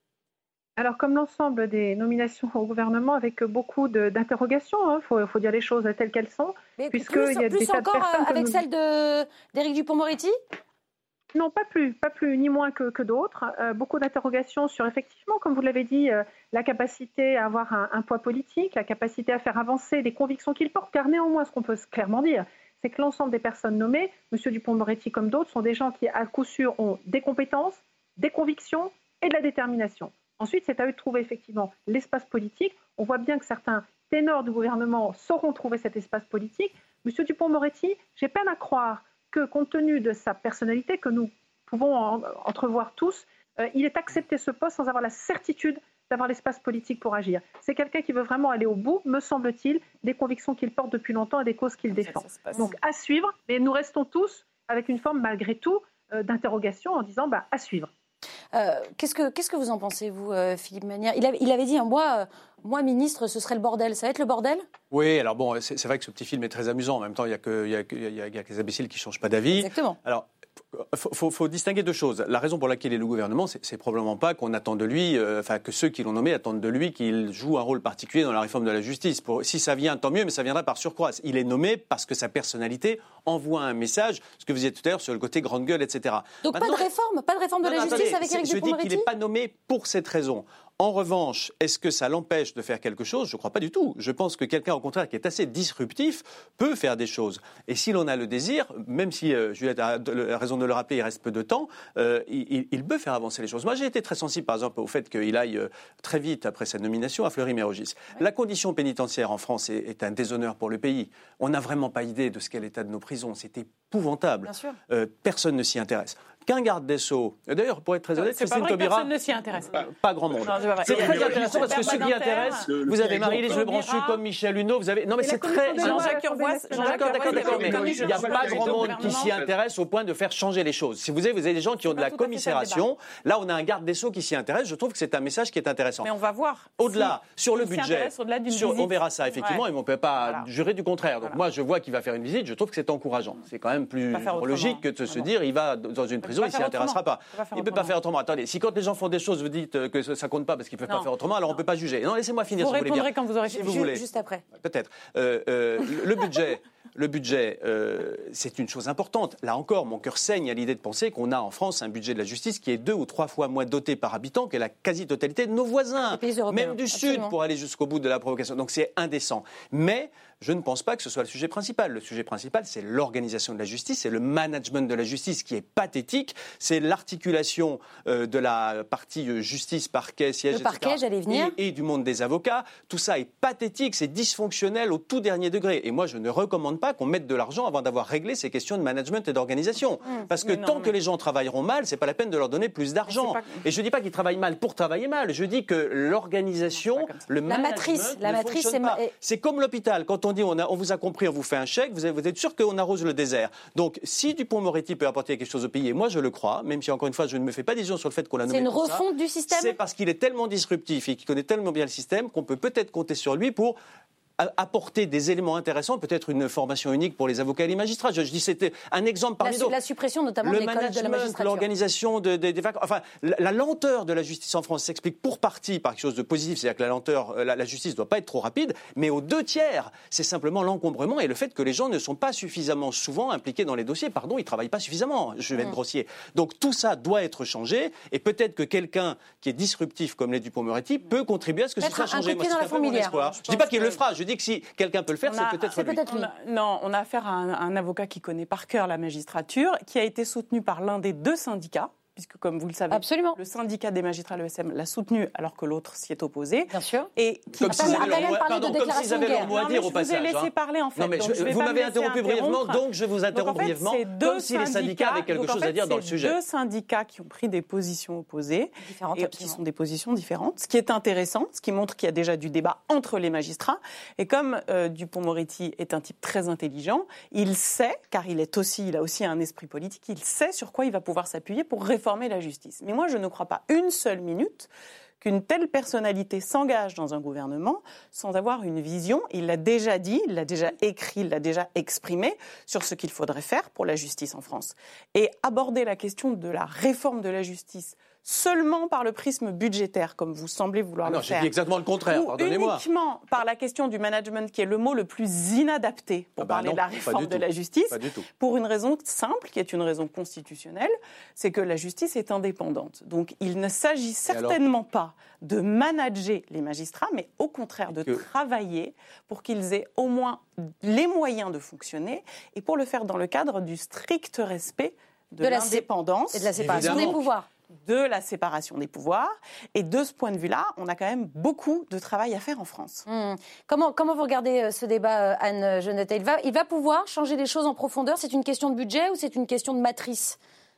Alors, comme l'ensemble des nominations au gouvernement, avec beaucoup de, d'interrogations, il hein, faut, faut dire les choses telles qu'elles sont. Mais puisque plus, il y a plus des tas de encore avec nous... celle de, d'Éric Dupond-Moretti ? Non, pas plus, pas plus, ni moins que, que d'autres. Euh, beaucoup d'interrogations sur, effectivement, comme vous l'avez dit, euh, la capacité à avoir un, un poids politique, la capacité à faire avancer des convictions qu'il porte, car néanmoins, ce qu'on peut clairement dire, c'est que l'ensemble des personnes nommées, M. Dupond-Moretti comme d'autres, sont des gens qui, à coup sûr, ont des compétences, des convictions et de la détermination. Ensuite, c'est à eux de trouver effectivement l'espace politique. On voit bien que certains ténors du gouvernement sauront trouver cet espace politique. M. Dupond-Moretti, j'ai peine à croire que, compte tenu de sa personnalité, que nous pouvons en, entrevoir tous, euh, il ait accepté ce poste sans avoir la certitude d'avoir l'espace politique pour agir. C'est quelqu'un qui veut vraiment aller au bout, me semble-t-il, des convictions qu'il porte depuis longtemps et des causes qu'il défend. Donc à suivre, mais nous restons tous avec une forme, malgré tout, euh, d'interrogation en disant bah, à suivre. Euh, qu'est-ce, que, qu'est-ce que vous en pensez, vous, euh, Philippe Manière ? il avait, il avait dit, hein, moi, euh, moi, ministre, ce serait le bordel. Ça va être le bordel ? Oui, alors bon, c'est, c'est vrai que ce petit film est très amusant. En même temps, il n'y a, que, il y a, il y a, il y a que les imbéciles qui ne changent pas d'avis. Exactement. Alors, il faut, faut, faut distinguer deux choses. La raison pour laquelle il est le gouvernement, c'est, c'est probablement pas qu'on attend de lui, euh, enfin que ceux qui l'ont nommé attendent de lui qu'il joue un rôle particulier dans la réforme de la justice. Pour, si ça vient, tant mieux, mais ça viendra par surcroît. Il est nommé parce que sa personnalité envoie un message, ce que vous disiez tout à l'heure sur le côté grande gueule, et cetera. Donc Maintenant, pas de réforme, pas de réforme de non, la non, justice attendez, avec Éric Dupond-Moretti ? Je dis qu'il n'est pas nommé pour cette raison. En revanche, est-ce que ça l'empêche de faire quelque chose ? Je ne crois pas du tout. Je pense que quelqu'un, au contraire, qui est assez disruptif, peut faire des choses. Et si l'on a le désir, même si euh, Juliette a raison de le rappeler, il reste peu de temps, euh, il, il peut faire avancer les choses. Moi, j'ai été très sensible, par exemple, au fait qu'il aille euh, très vite après sa nomination à Fleury-Mérogis. Oui. La condition pénitentiaire en France est, est un déshonneur pour le pays. On n'a vraiment pas idée de ce qu'est l'état de nos prisons. C'était épouvantable. Euh, personne ne s'y intéresse. Qu'un garde des Sceaux, d'ailleurs, pour être très honnête, Christine Taubira, personne ne s'y intéresse. Pas, pas grand monde. C'est très très intéressant parce que ceux qui intéressent, vous avez Marie-Lise Lebranchu comme Michel Hulot, vous avez... Non mais c'est très... Jean-Jacques Urvoas, D'accord, d'accord, d'accord, mais il n'y a pas grand monde qui s'y intéresse au point de faire changer les choses. Si vous avez, vous avez des gens qui ont de la commisération, là on a un garde des Sceaux qui s'y intéresse, je trouve que c'est un message qui est intéressant. Mais on va voir. Au-delà, sur le budget, on verra ça effectivement, et on ne peut pas jurer du contraire. Donc moi je vois qu'il va faire une visite, je trouve que c'est encourageant. C'est quand même plus logique que de se dire il va dans une prison, il ne s'y intéressera pas. Il ne peut pas faire autrement. Attendez, si quand les gens font des choses, vous dites que ça ne compte pas parce qu'ils ne peuvent pas faire autrement, alors on ne peut pas juger. Non, laissez-moi finir. Vous si répondrez vous voulez bien. quand vous aurez si fini. vous voulez. Juste après. Peut-être. Euh, euh, le budget, le budget euh, c'est une chose importante. Là encore, mon cœur saigne à l'idée de penser qu'on a en France un budget de la justice qui est deux ou trois fois moins doté par habitant que la quasi-totalité de nos voisins, même du Absolument. Sud, pour aller jusqu'au bout de la provocation. Donc c'est indécent. Mais je ne pense pas que ce soit le sujet principal. Le sujet principal, c'est l'organisation de la justice, c'est le management de la justice qui est pathétique, c'est l'articulation euh, de la partie euh, justice, parquet, siège, le parquet, j'allais venir. Et, et du monde des avocats. Tout ça est pathétique, c'est dysfonctionnel au tout dernier degré. Et moi, je ne recommande pas qu'on mette de l'argent avant d'avoir réglé ces questions de management et d'organisation. Mmh. Parce que non, tant mais... que les gens travailleront mal, c'est pas la peine de leur donner plus d'argent. Pas... Et je dis pas qu'ils travaillent mal pour travailler mal. Je dis que l'organisation, le la management matrice, ne la matrice, fonctionne pas. C'est comme l'hôpital. Quand on dit on, a, on vous a compris, on vous fait un chèque, vous, avez, vous êtes sûr qu'on arrose le désert. Donc, si Dupond-Moretti peut apporter quelque chose au pays, et moi je le crois, même si encore une fois je ne me fais pas d'illusions sur le fait qu'on l'a nommé. C'est une pour refonte ça, du système. C'est parce qu'il est tellement disruptif et qu'il connaît tellement bien le système qu'on peut peut-être compter sur lui pour apporter des éléments intéressants, peut-être une formation unique pour les avocats et les magistrats. Je, je dis c'était un exemple parmi d'autres. La suppression notamment le de l'école de la magistrature. L'organisation de, de, des vacances. Enfin, la, la lenteur de la justice en France s'explique pour partie par quelque chose de positif, c'est-à-dire que la lenteur, la, la justice ne doit pas être trop rapide, mais aux deux tiers, c'est simplement l'encombrement et le fait que les gens ne sont pas suffisamment souvent impliqués dans les dossiers. Pardon, ils ne travaillent pas suffisamment, je vais mmh. être grossier. Donc tout ça doit être changé et peut-être que quelqu'un qui est disruptif comme l'est Dupond-Moretti peut contribuer à ce que ce soit changé. Moi, c'est un peu mon espoir. Je ne dis pas qu'il le fera, je dis que si quelqu'un peut le faire, c'est peut-être lui. Peut lui. On a, non, on a affaire à un, un avocat qui connaît par cœur la magistrature, qui a été soutenu par l'un des deux syndicats, puisque comme vous le savez, Absolument. le syndicat des magistrats, le S M, l'a soutenu alors que l'autre s'y est opposé. Bien sûr. Et qui comme s'ils avaient leur mot à dire au passage. Je vous ai laissé hein. parler en fait. Non, mais donc je, je vous m'avez interrompu brièvement, donc je vous interromps donc, en fait, brièvement, comme si les syndicats avaient quelque donc, chose en fait, à dire dans le sujet. Deux syndicats qui ont pris des positions opposées, différentes, et qui sont des positions différentes, ce qui est intéressant, ce qui montre qu'il y a déjà du débat entre les magistrats. Et comme euh, Dupond-Moretti est un type très intelligent, il sait, car il est aussi, il a aussi un esprit politique, il sait sur quoi il va pouvoir s'appuyer pour réformer la justice. Mais moi, je ne crois pas une seule minute qu'une telle personnalité s'engage dans un gouvernement sans avoir une vision. Il l'a déjà dit, il l'a déjà écrit, il l'a déjà exprimé sur ce qu'il faudrait faire pour la justice en France. Et aborder la question de la réforme de la justice seulement par le prisme budgétaire, comme vous semblez vouloir ah non, le faire. Non, j'ai dit exactement le contraire, ou pardonnez-moi. uniquement par la question du management, qui est le mot le plus inadapté pour ah bah parler non, de la réforme de tout. la justice, pas du tout. pour une raison simple, qui est une raison constitutionnelle, c'est que la justice est indépendante. Donc il ne s'agit certainement pas de manager les magistrats, mais au contraire de que... travailler pour qu'ils aient au moins les moyens de fonctionner, et pour le faire dans le cadre du strict respect de, de l'indépendance et de la séparation Évidemment. des pouvoirs. de la séparation des pouvoirs. Et de ce point de vue-là, on a quand même beaucoup de travail à faire en France. Mmh. Comment, comment vous regardez ce débat, Anne Genetet ? il va, il va pouvoir changer les choses en profondeur ? C'est une question de budget ou c'est une question de matrice ?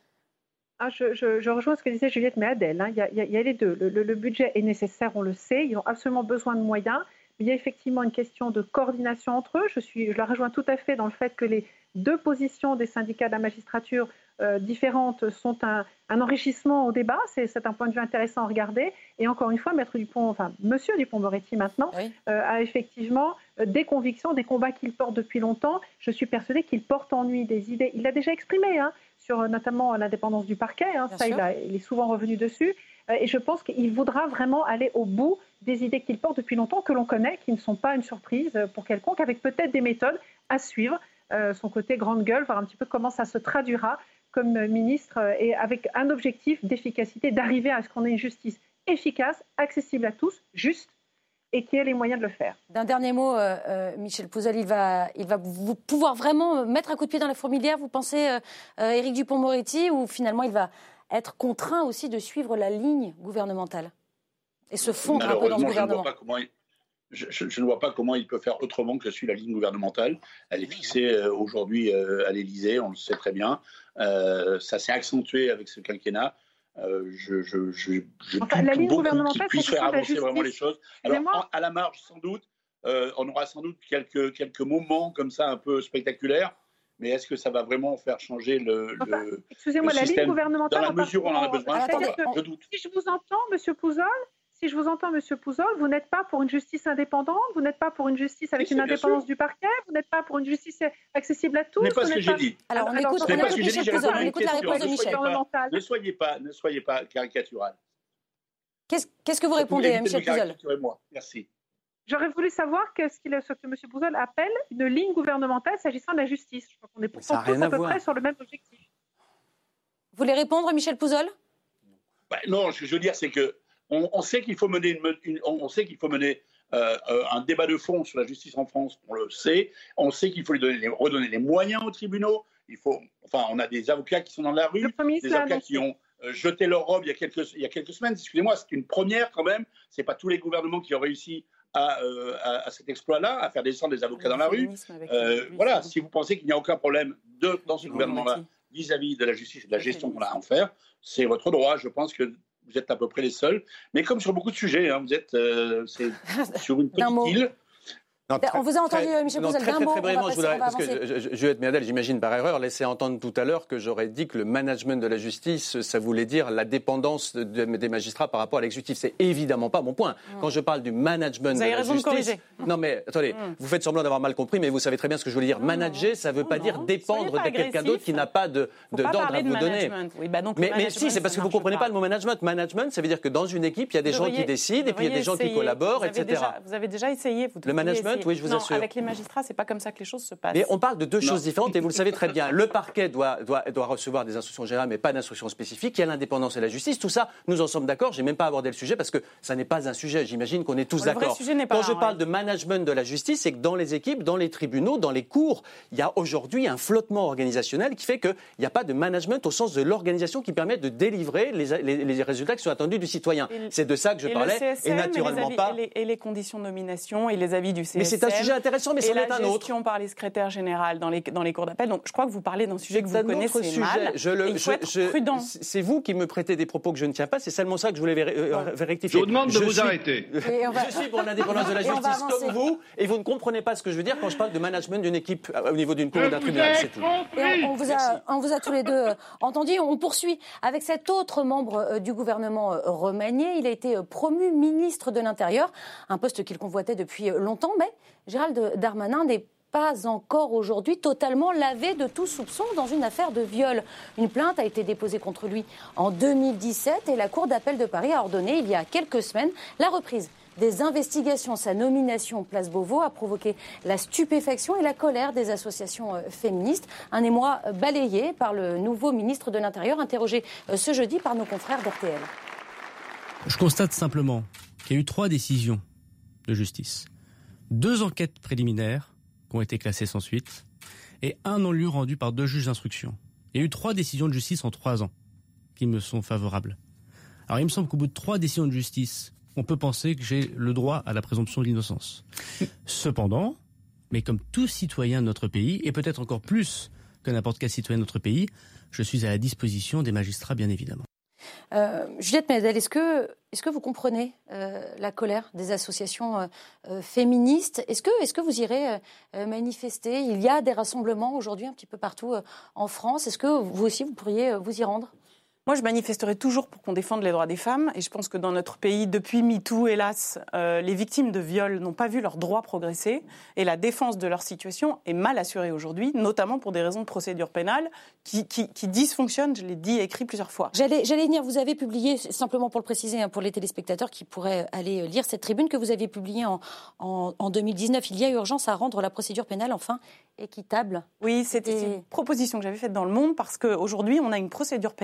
Ah, je, je, je rejoins ce que disait Juliette Méadel. Hein. Il, y a, il y a les deux. Le, le, le budget est nécessaire, on le sait. Ils ont absolument besoin de moyens. Il y a effectivement une question de coordination entre eux. Je, suis, je la rejoins tout à fait dans le fait que les deux positions des syndicats de la magistrature euh, différentes sont un, un enrichissement au débat. C'est, c'est un point de vue intéressant à regarder. Et encore une fois, Maître Dupond, enfin Monsieur Dupond-Moretti maintenant, oui. euh, a effectivement euh, des convictions, des combats qu'il porte depuis longtemps. Je suis persuadée qu'il porte en lui des idées. Il l'a déjà exprimé, hein, sur euh, notamment l'indépendance du parquet. Hein, ça, il, a, il est souvent revenu dessus. Euh, et je pense qu'il voudra vraiment aller au bout des idées qu'il porte depuis longtemps, que l'on connaît, qui ne sont pas une surprise pour quelconque, avec peut-être des méthodes à suivre. Euh, son côté grande gueule, voir un petit peu comment ça se traduira comme ministre euh, et avec un objectif d'efficacité, d'arriver à ce qu'on ait une justice efficace, accessible à tous, juste et qui ait les moyens de le faire. D'un dernier mot, euh, euh, Michel Pouzol, il va, il va vous pouvoir vraiment mettre un coup de pied dans la fourmilière, vous pensez, euh, euh, Éric Dupond-Moretti, ou finalement il va être contraint aussi de suivre la ligne gouvernementale et se fondre un peu dans ce gouvernement. Je ne vois pas comment il... je, je, je ne vois pas comment il peut faire autrement que suivre la ligne gouvernementale. Elle est fixée euh, aujourd'hui euh, à l'Élysée, on le sait très bien. Euh, ça s'est accentué avec ce quinquennat. Euh, je je, je, je enfin, doute la ligne beaucoup gouvernementale, qu'il puisse faire avancer vraiment les choses. Alors, en, à la marge, sans doute, euh, on aura sans doute quelques, quelques moments comme ça un peu spectaculaires. Mais est-ce que ça va vraiment faire changer le, enfin, le, excusez-moi, le la système ligne gouvernementale, dans la mesure où on en a besoin? Attendez, je doute. Si je vous entends, Monsieur Pouzol, si je vous entends, Monsieur Pouzol, vous n'êtes pas pour une justice indépendante, vous n'êtes pas pour une justice avec si, une indépendance sûr. du parquet, vous n'êtes pas pour une justice accessible à tous. Ce n'est pas ce que j'ai pas... dit. Alors, on alors, écoute, alors, on écoute Michel Pouzol, on écoute la réponse de Michel. Pas, ne soyez pas, ne soyez pas caricatural. Qu'est-ce, qu'est-ce que vous répondez, Michel Pouzol? Merci. J'aurais voulu savoir ce, qu'il, ce que M. Pouzol appelle une ligne gouvernementale s'agissant de la justice. Je crois qu'on est pourtant tous à, à peu voir. près sur le même objectif. Vous voulez répondre, Michel Pouzol? bah, Non, ce que je veux dire, c'est que on, on sait qu'il faut mener, une, une, on sait qu'il faut mener euh, un débat de fond sur la justice en France. On le sait. On sait qu'il faut lui donner les, redonner les moyens aux tribunaux. Il faut, enfin, on a des avocats qui sont dans la rue, des avocats qui ont euh, jeté leur robe il y a quelques, il y a quelques semaines. Excusez-moi, c'est une première quand même. C'est pas tous les gouvernements qui ont réussi À, euh, à, à cet exploit-là, à faire descendre des avocats dans la rue. Euh, voilà, si vous pensez qu'il n'y a aucun problème de, dans ce gouvernement-là vis-à-vis de la justice et de la gestion qu'on a à en faire, c'est votre droit. Je pense que vous êtes à peu près les seuls. Mais comme sur beaucoup de sujets, hein, vous êtes euh, c'est sur une petite île. Non, très, on vous a entendu, très, Michel non, Pouzol, très, d'un très, mot, très brièvement, passer, je voudrais, parce que Juliette Méadel, j'imagine par erreur, laissait entendre tout à l'heure que j'aurais dit que le management de la justice, ça voulait dire la dépendance de, de, des magistrats par rapport à l'exécutif. C'est évidemment pas mon point. Mmh. Quand je parle du management vous de avez la raison justice... de corriger. Non mais, attendez, mmh. vous faites semblant d'avoir mal compris, mais vous savez très bien ce que je voulais dire. Mmh. Manager, ça ne veut mmh. pas dire dépendre de quelqu'un d'autre qui n'a pas de, de, pas d'ordre à vous donner. Oui, bah donc mais, mais si, c'est parce que vous ne comprenez pas le mot management. Management, ça veut dire que dans une équipe, il y a des gens qui décident et puis il y a des gens qui collaborent, et cetera. Vous avez déjà essayé. Le management, oui, je vous assure. Avec les magistrats, c'est pas comme ça que les choses se passent. Mais on parle de deux non. choses différentes et vous le savez très bien. Le parquet doit, doit, doit recevoir des instructions générales mais pas d'instructions spécifiques. Il y a l'indépendance et la justice. Tout ça, nous en sommes d'accord. Je n'ai même pas abordé le sujet parce que ça n'est pas un sujet. J'imagine qu'on est tous le d'accord. Vrai sujet n'est pas Quand là, je parle ouais. de management de la justice, c'est que dans les équipes, dans les tribunaux, dans les cours, il y a aujourd'hui un flottement organisationnel qui fait qu'il n'y a pas de management au sens de l'organisation qui permet de délivrer les, les, les résultats qui sont attendus du citoyen. Et c'est de ça que je et parlais. Le C S M, et naturellement et les avis, pas. Et les, et les conditions de nomination et les avis du C S M. Mais c'est un sujet intéressant, mais c'en est un autre. Et la gestion par les secrétaires généraux dans les, dans les cours d'appel. Donc, je crois que vous parlez d'un sujet que vous connaissez sujet. mal. Je le, il faut je, être je, prudent. C'est vous qui me prêtez des propos que je ne tiens pas. C'est seulement ça que je voulais vé- euh, rectifier. Je vous demande de je vous suis, arrêter. Va... Je suis pour l'indépendance de la justice comme vous, et vous ne comprenez pas ce que je veux dire quand je parle de management d'une équipe au niveau d'une cour ou d'un tribunal. C'est tout. Et on, on, vous a, on vous a tous les deux euh, entendus. On poursuit avec cet autre membre euh, du gouvernement euh, remanié. Il a été euh, promu ministre de l'Intérieur, un poste qu'il convoitait depuis longtemps, mais Gérald Darmanin n'est pas encore aujourd'hui totalement lavé de tout soupçon dans une affaire de viol. Une plainte a été déposée contre lui en deux mille dix-sept et la Cour d'appel de Paris a ordonné il y a quelques semaines la reprise des investigations. Sa nomination place Beauvau a provoqué la stupéfaction et la colère des associations féministes. Un émoi balayé par le nouveau ministre de l'Intérieur, interrogé ce jeudi par nos confrères d'R T L. Je constate simplement qu'il y a eu trois décisions de justice. Deux enquêtes préliminaires qui ont été classées sans suite et un non-lieu rendu par deux juges d'instruction. Il y a eu trois décisions de justice en trois ans qui me sont favorables. Alors il me semble qu'au bout de trois décisions de justice, on peut penser que j'ai le droit à la présomption de l'innocence. Cependant, mais comme tout citoyen de notre pays, et peut-être encore plus que n'importe quel citoyen de notre pays, je suis à la disposition des magistrats, bien évidemment. Euh, Juliette Méadel, est-ce que, est-ce que vous comprenez euh, la colère des associations euh, euh, féministes ? Est-ce que, est-ce que vous irez euh, manifester ? Il y a des rassemblements aujourd'hui un petit peu partout euh, en France. Est-ce que vous aussi, vous pourriez euh, vous y rendre ? Moi, je manifesterai toujours pour qu'on défende les droits des femmes. Et je pense que dans notre pays, depuis MeToo, hélas, euh, les victimes de viol n'ont pas vu leurs droits progresser. Et la défense de leur situation est mal assurée aujourd'hui, notamment pour des raisons de procédure pénale qui, qui, qui dysfonctionnent, je l'ai dit et écrit plusieurs fois. J'allais, j'allais venir, vous avez publié, simplement pour le préciser, hein, pour les téléspectateurs qui pourraient aller lire cette tribune que vous aviez publiée en, en, en deux mille dix-neuf. Il y a urgence à rendre la procédure pénale enfin équitable. Oui, c'était et... une proposition que j'avais faite dans Le Monde parce qu'aujourd'hui, on a une procédure pénale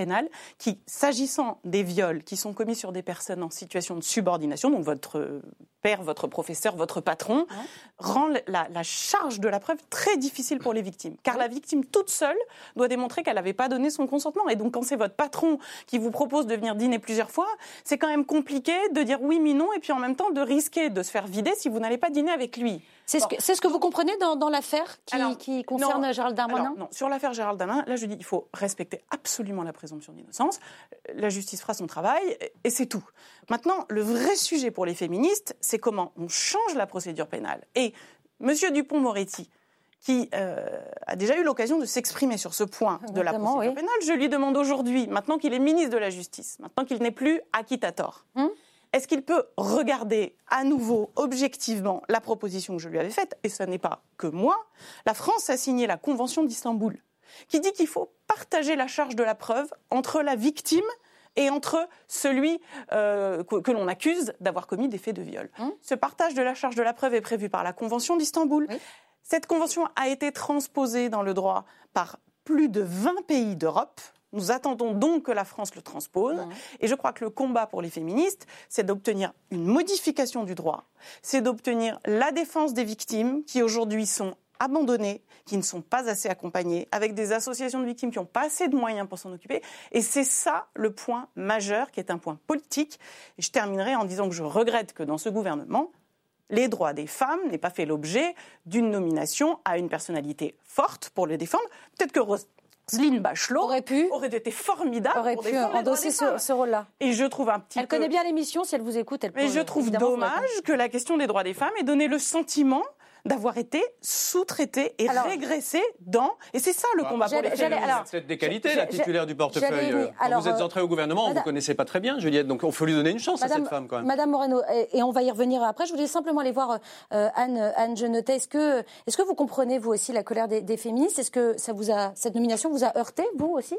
qui, s'agissant des viols qui sont commis sur des personnes en situation de subordination, donc votre père, votre professeur, votre patron, ouais. rend la, la charge de la preuve très difficile pour les victimes. Car ouais. la victime toute seule doit démontrer qu'elle n'avait pas donné son consentement. Et donc quand c'est votre patron qui vous propose de venir dîner plusieurs fois, c'est quand même compliqué de dire oui mais non et puis en même temps de risquer de se faire vider si vous n'allez pas dîner avec lui. C'est ce, ce que vous comprenez dans, dans l'affaire qui, alors, qui concerne non, Gérald Darmanin alors, non, sur l'affaire Gérald Darmanin, là je dis il faut respecter absolument la présomption d'innocence. La justice fera son travail et c'est tout. Maintenant, le vrai sujet pour les féministes, c'est comment on change la procédure pénale. Et M. Dupond-Moretti, qui euh, a déjà eu l'occasion de s'exprimer sur ce point de la procédure oui. pénale, je lui demande aujourd'hui, maintenant qu'il est ministre de la Justice, maintenant qu'il n'est plus acquittator, hum est-ce qu'il peut regarder à nouveau, objectivement, la proposition que je lui avais faite, et ce n'est pas que moi, la France a signé la Convention d'Istanbul, qui dit qu'il faut partager la charge de la preuve entre la victime et entre celui euh, que, que l'on accuse d'avoir commis des faits de viol. Hum. Ce partage de la charge de la preuve est prévu par la Convention d'Istanbul. Oui. Cette convention a été transposée dans le droit par plus de vingt pays d'Europe. Nous attendons donc que la France le transpose. Mmh. Et je crois que le combat pour les féministes, c'est d'obtenir une modification du droit, c'est d'obtenir la défense des victimes qui aujourd'hui sont abandonnées, qui ne sont pas assez accompagnées, avec des associations de victimes qui n'ont pas assez de moyens pour s'en occuper. Et c'est ça le point majeur, qui est un point politique. Et je terminerai en disant que je regrette que dans ce gouvernement, les droits des femmes n'aient pas fait l'objet d'une nomination à une personnalité forte pour le défendre. Peut-être que Rose... Roselyne Bachelot aurait, pu, aurait été formidable aurait pour pu endosser ce, ce rôle-là. Et je trouve un petit elle peu... connaît bien l'émission, si elle vous écoute, elle peut... Mais je trouve dommage que la question des droits des femmes ait donné le sentiment d'avoir été sous-traité et alors, régressé dans... Et c'est ça le combat pour les féministes. C'est peut-être des qualités, la titulaire du portefeuille. Oui, alors, vous êtes entrée au gouvernement, madame, vous ne connaissez pas très bien, Juliette, donc il faut lui donner une chance madame, à cette femme quand même. Madame Moreno, et, et on va y revenir après, je voulais simplement aller voir euh, Anne, Anne Genetet. Est-ce que, est-ce que vous comprenez, vous aussi, la colère des, des féministes? Est-ce que ça vous a, cette nomination vous a heurté, vous aussi?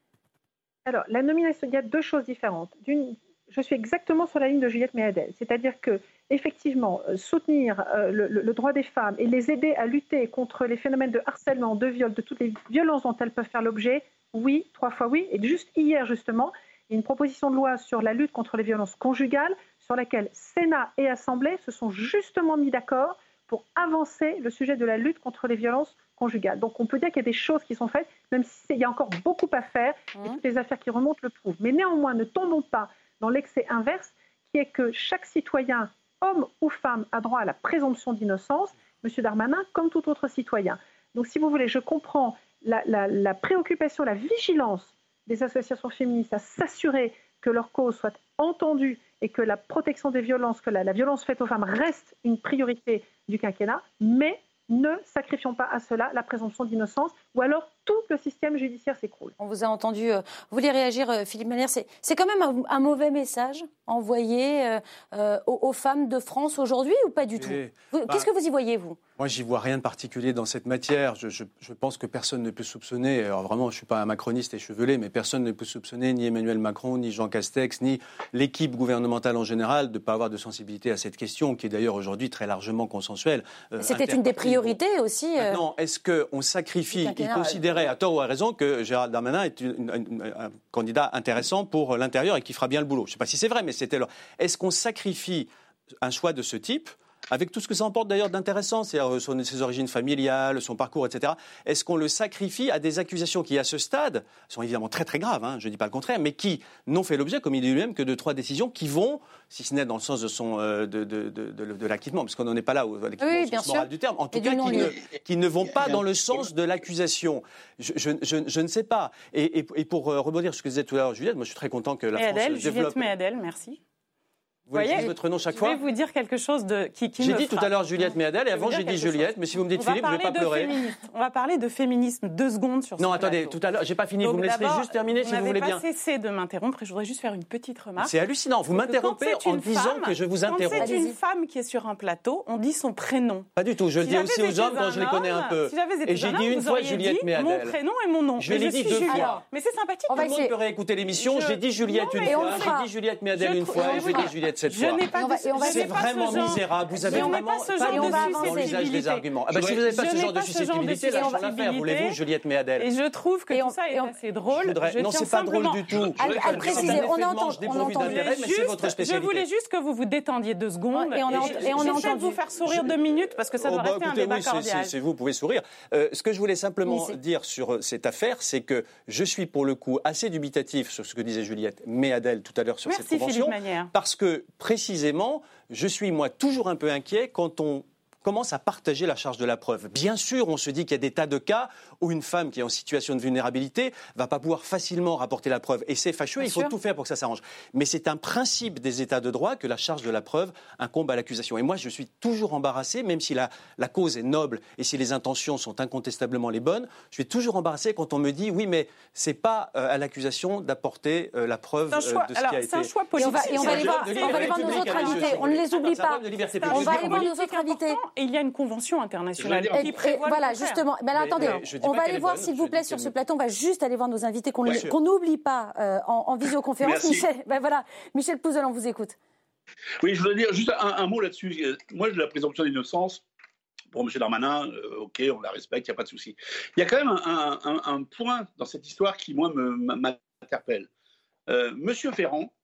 Alors, la nomination, il y a deux choses différentes. D'une, je suis exactement sur la ligne de Juliette Méadel, c'est-à-dire que effectivement, soutenir euh, le, le droit des femmes et les aider à lutter contre les phénomènes de harcèlement, de viol, de toutes les violences dont elles peuvent faire l'objet, oui, trois fois oui. Et juste hier, justement, il y a une proposition de loi sur la lutte contre les violences conjugales, sur laquelle Sénat et Assemblée se sont justement mis d'accord pour avancer le sujet de la lutte contre les violences conjugales. Donc on peut dire qu'il y a des choses qui sont faites, même s'il y a encore beaucoup à faire, mmh. et toutes les affaires qui remontent le prouvent. Mais néanmoins, ne tombons pas dans l'excès inverse, qui est que chaque citoyen, homme ou femme, a droit à la présomption d'innocence, M. Darmanin, comme tout autre citoyen. Donc, si vous voulez, je comprends la, la, la préoccupation, la vigilance des associations féministes à s'assurer que leur cause soit entendue et que la protection des violences, que la, la violence faite aux femmes reste une priorité du quinquennat, mais ne sacrifions pas à cela la présomption d'innocence, ou alors tout le système judiciaire s'écroule. On vous a entendu. Euh, vous voulez réagir, euh, Philippe Ménère? C'est, c'est quand même un, un mauvais message envoyé euh, euh, aux, aux femmes de France aujourd'hui, ou pas du tout? vous, bah, Qu'est-ce que vous y voyez, vous? Moi, j'y vois rien de particulier dans cette matière. Je, je, je pense que personne ne peut soupçonner, alors vraiment, je ne suis pas un macroniste échevelé, mais personne ne peut soupçonner ni Emmanuel Macron, ni Jean Castex, ni l'équipe gouvernementale en général de ne pas avoir de sensibilité à cette question, qui est d'ailleurs aujourd'hui très largement consensuelle. Euh, C'était une des priorités aussi. Euh... Maintenant, est-ce qu'on sacrifie, il considérait à tort ou à raison que Gérald Darmanin est une, une, une, un candidat intéressant pour l'intérieur et qui fera bien le boulot. Je ne sais pas si c'est vrai, mais c'était là. Est-ce qu'on sacrifie un choix de ce type, avec tout ce que ça emporte d'ailleurs d'intéressant, c'est-à-dire son, ses origines familiales, son parcours, et cetera. Est-ce qu'on le sacrifie à des accusations qui, à ce stade, sont évidemment très très graves, hein, je ne dis pas le contraire, mais qui n'ont fait l'objet, comme il dit lui-même, que de trois décisions qui vont, si ce n'est dans le sens de, son, euh, de, de, de, de, de l'acquittement, parce qu'on n'en est pas là au l'acquittement oui, au sens moral du terme, en tout cas qui ne, qui ne vont pas dans le sens de l'accusation. Je, je, je, je ne sais pas. Et, et, et pour rebondir sur ce que disait tout à l'heure Juliette, moi je suis très content que la Méadel, France développe... Juliette Méadel, merci. Vous voyez, voyez, votre nom chaque fois. Je vais vous dire quelque chose de, qui, qui j'ai me dit frappe. tout à l'heure Juliette Méadel et avant j'ai dit Juliette, chose. Mais si vous me dites Philippe, je ne vais pas pleurer. On va parler de féminisme deux secondes sur ce Non, attendez, plateau. tout à l'heure, j'ai pas fini, donc vous me laisserez juste terminer si vous voulez bien. Vous n'avez pas cessé de m'interrompre et je voudrais juste faire une petite remarque. C'est hallucinant, vous m'interrompez en disant femme, que je vous interromps. Quand c'est une femme qui est sur un plateau, on dit son prénom. Pas du tout, je le dis aussi aux hommes quand je les connais un peu. Et j'ai dit une fois Juliette Méadel. Mon prénom et mon nom. Je l'ai dit deux fois. Mais c'est sympathique. Tout le monde peut réécouter l'émission, j'ai dit Juliette une fois, j'ai dit Juliette Méadel une fois et j'ai dit Juliette cette je fois. n'ai pas C'est vraiment misérable. Vous avez vraiment pas dans l'usage des arguments. Ah bah, si vous n'avez pas ce genre de susceptibilité, lâchons l'affaire. Voulez-vous, Juliette Méadel? Et je trouve que tout ça est assez drôle. Non, c'est pas drôle du tout. À préciser, on entend. Je voulais juste que vous vous détendiez deux secondes. Et on a entendu vous faire sourire deux minutes parce que ça va rester un débat cordial. C'est vous, vous pouvez sourire. Ce que je voulais simplement dire sur cette affaire, c'est que je suis pour le coup assez dubitatif sur ce que disait Juliette Méadel tout à l'heure sur Merci, cette convention, parce que précisément, je suis moi toujours un peu inquiet quand on commence à partager la charge de la preuve. Bien sûr, on se dit qu'il y a des tas de cas où une femme qui est en situation de vulnérabilité va pas pouvoir facilement rapporter la preuve. Et c'est fâcheux, il faut tout faire pour que ça s'arrange. Mais c'est un principe des États de droit que la charge de la preuve incombe à l'accusation. Et moi, je suis toujours embarrassé, même si la, la cause est noble et si les intentions sont incontestablement les bonnes, je suis toujours embarrassé quand on me dit oui, mais c'est pas euh, à l'accusation d'apporter euh, la preuve euh, de ce Alors, qui a été. C'est un choix politique. Et on va aller voir, on va aller voir nos autres invités. On ne les oublie pas. On va aller voir nos autres invités. Et il y a une convention internationale et, qui prévoit. Et, voilà, justement. Mais alors, attendez, mais, on va aller voir, s'il vous plaît, sur ce plateau. On va juste aller voir nos invités qu'on qu'on n'oublie pas euh, en, en visioconférence. Michel, ben voilà, Michel Pouzol, on vous écoute. Oui, je voudrais dire juste un, un mot là-dessus. Moi, j'ai la présomption d'innocence. Pour M. Darmanin, euh, ok, on la respecte, il n'y a pas de souci. Il y a quand même un, un, un point dans cette histoire qui, moi, m'interpelle. Euh, M. Ferrand,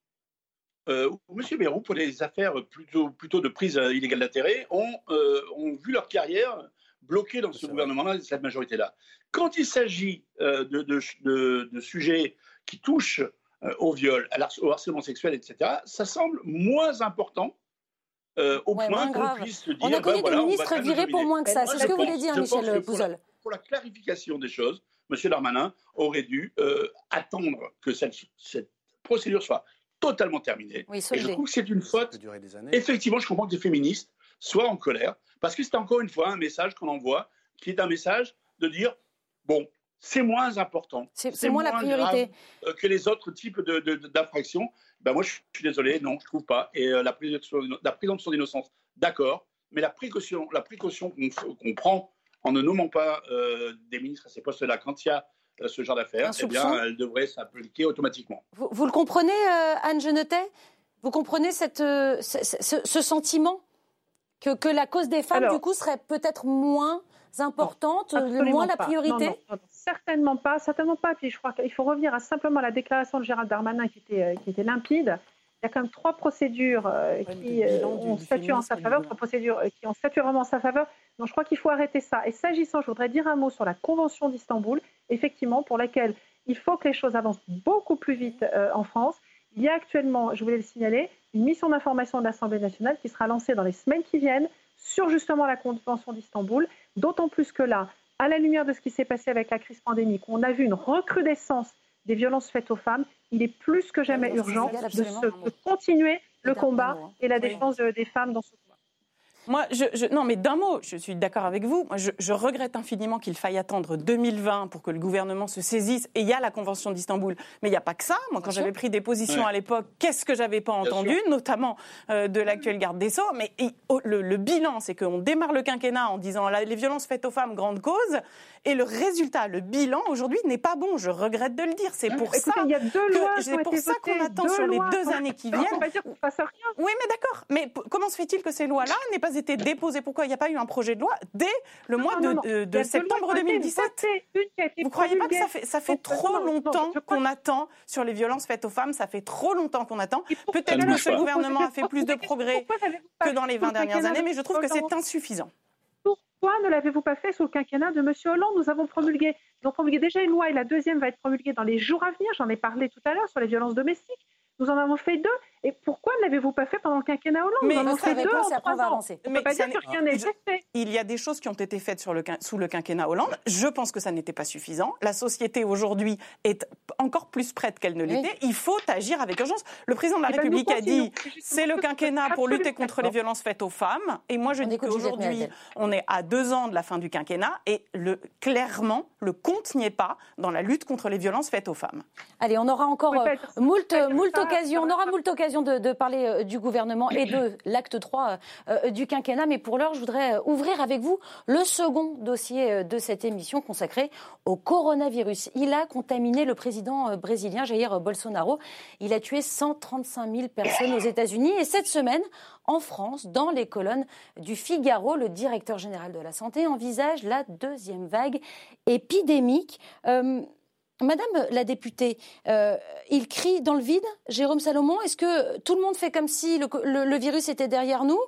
Euh, M. Bayrou, pour les affaires plutôt, plutôt de prise illégale d'intérêt, ont, euh, ont vu leur carrière bloquée dans ce gouvernement-là, cette majorité-là. Quand il s'agit euh, de, de, de, de sujets qui touchent euh, au viol, au harcèlement sexuel, et cetera, ça semble moins important euh, au ouais, point qu'on puisse se dire... On a connu ben, des voilà, ministres virés pour moins que ça. C'est ce que vous voulez dire, Michel Pouzol. Pour la clarification des choses, M. Darmanin aurait dû euh, attendre que cette, cette procédure soit totalement terminé. Oui, et je trouve que c'est une faute. Effectivement, je comprends que les féministes soient en colère, parce que c'est encore une fois un message qu'on envoie, qui est un message de dire, bon, c'est moins important, c'est, c'est moins, moins la priorité grave que les autres types de, de, de, d'infractions. Ben moi, je suis désolé, non, je ne trouve pas. Et euh, la, présomption, la présomption d'innocence, d'accord, mais la précaution, la précaution qu'on, qu'on prend en ne nommant pas euh, des ministres à ces postes-là, quand il y a ce genre d'affaires, eh bien, elle devrait s'appliquer automatiquement. Vous, vous le comprenez, euh, Anne Genetet ? Vous comprenez cette, euh, ce, ce, ce sentiment que, que la cause des femmes, Alors, du coup, serait peut-être moins importante, non, moins la priorité ? non, non, non, certainement pas, certainement pas. Puis je crois qu'il faut revenir à simplement la déclaration de Gérald Darmanin qui était, qui était limpide. Il y a quand même trois procédures euh, qui euh, ont statué en sa faveur, trois procédures euh, qui ont statué vraiment en sa faveur. Donc je crois qu'il faut arrêter ça. Et s'agissant, je voudrais dire un mot sur la Convention d'Istanbul, effectivement, pour laquelle il faut que les choses avancent beaucoup plus vite euh, en France. Il y a actuellement, je voulais le signaler, une mission d'information de l'Assemblée nationale qui sera lancée dans les semaines qui viennent sur justement la Convention d'Istanbul, d'autant plus que là, à la lumière de ce qui s'est passé avec la crise pandémique, on a vu une recrudescence des violences faites aux femmes, il est plus que jamais urgent de, se, de continuer le combat et la défense oui. des femmes dans ce combat. Moi, je, je, non, mais d'un mot, je suis d'accord avec vous. Moi, je, je regrette infiniment qu'il faille attendre deux mille vingt pour que le gouvernement se saisisse. Et il y a la Convention d'Istanbul. Mais il n'y a pas que ça. Moi, quand Bien j'avais sûr. pris des positions ouais. à l'époque, qu'est-ce que j'avais pas entendu, notamment euh, de l'actuel garde des Sceaux. Mais et, oh, le, le bilan, c'est qu'on démarre le quinquennat en disant la, les violences faites aux femmes, grande cause. Et le résultat, le bilan, aujourd'hui, n'est pas bon. Je regrette de le dire. C'est pour Écoutez, ça, il y a deux lois que, c'est pour ça qu'on attend sur les deux années qui viennent. Ça ne veut pas dire qu'on ne fasse rien. Oui, mais d'accord. Mais p- comment se fait-il que ces lois-là n'aient pas été déposées ? Pourquoi il n'y a pas eu un projet de loi dès le non, mois non, non, de, de, de septembre deux mille dix-sept ? Vous ne croyez pas que ça fait, ça fait trop non, longtemps non, qu'on attend sur les violences faites aux femmes ? Ça fait trop longtemps qu'on attend. Peut-être que ce gouvernement a fait plus de progrès que dans les vingt dernières années, mais je trouve que c'est insuffisant. Pourquoi ne l'avez-vous pas fait sous le quinquennat de M. Hollande ? Nous avons promulgué, nous avons promulgué déjà une loi et la deuxième va être promulguée dans les jours à venir. J'en ai parlé tout à l'heure sur les violences domestiques. Nous en avons fait deux. Et pourquoi ne l'avez-vous pas fait pendant le quinquennat Hollande ? Mais Nous en avons fait deux en trois ans. On ne peut pas dire que rien n'a été fait. Il y a des choses qui ont été faites sur le, sous le quinquennat Hollande. Je pense que ça n'était pas suffisant. La société aujourd'hui est encore plus prête qu'elle ne l'était. Oui. Il faut agir avec urgence. Le président de la et République ben a dit c'est le quinquennat pour lutter contre les violences faites aux femmes. Et moi je on dis qu'aujourd'hui on est à deux ans de la fin du quinquennat et le, clairement le compte n'y est pas dans la lutte contre les violences faites aux femmes. Allez, on aura encore euh, moult, moult occasions. On aura moult occasions l'occasion de, de parler euh, du gouvernement et de l'acte trois euh, du quinquennat. Mais pour l'heure, je voudrais euh, ouvrir avec vous le second dossier euh, de cette émission consacrée au coronavirus. Il a contaminé le président euh, brésilien Jair Bolsonaro. Il a tué cent trente-cinq mille personnes aux États-Unis. Et cette semaine, en France, dans les colonnes du Figaro, le directeur général de la Santé envisage la deuxième vague épidémique. Euh, Madame la députée, euh, il crie dans le vide, Jérôme Salomon. Est-ce que tout le monde fait comme si le, le, le virus était derrière nous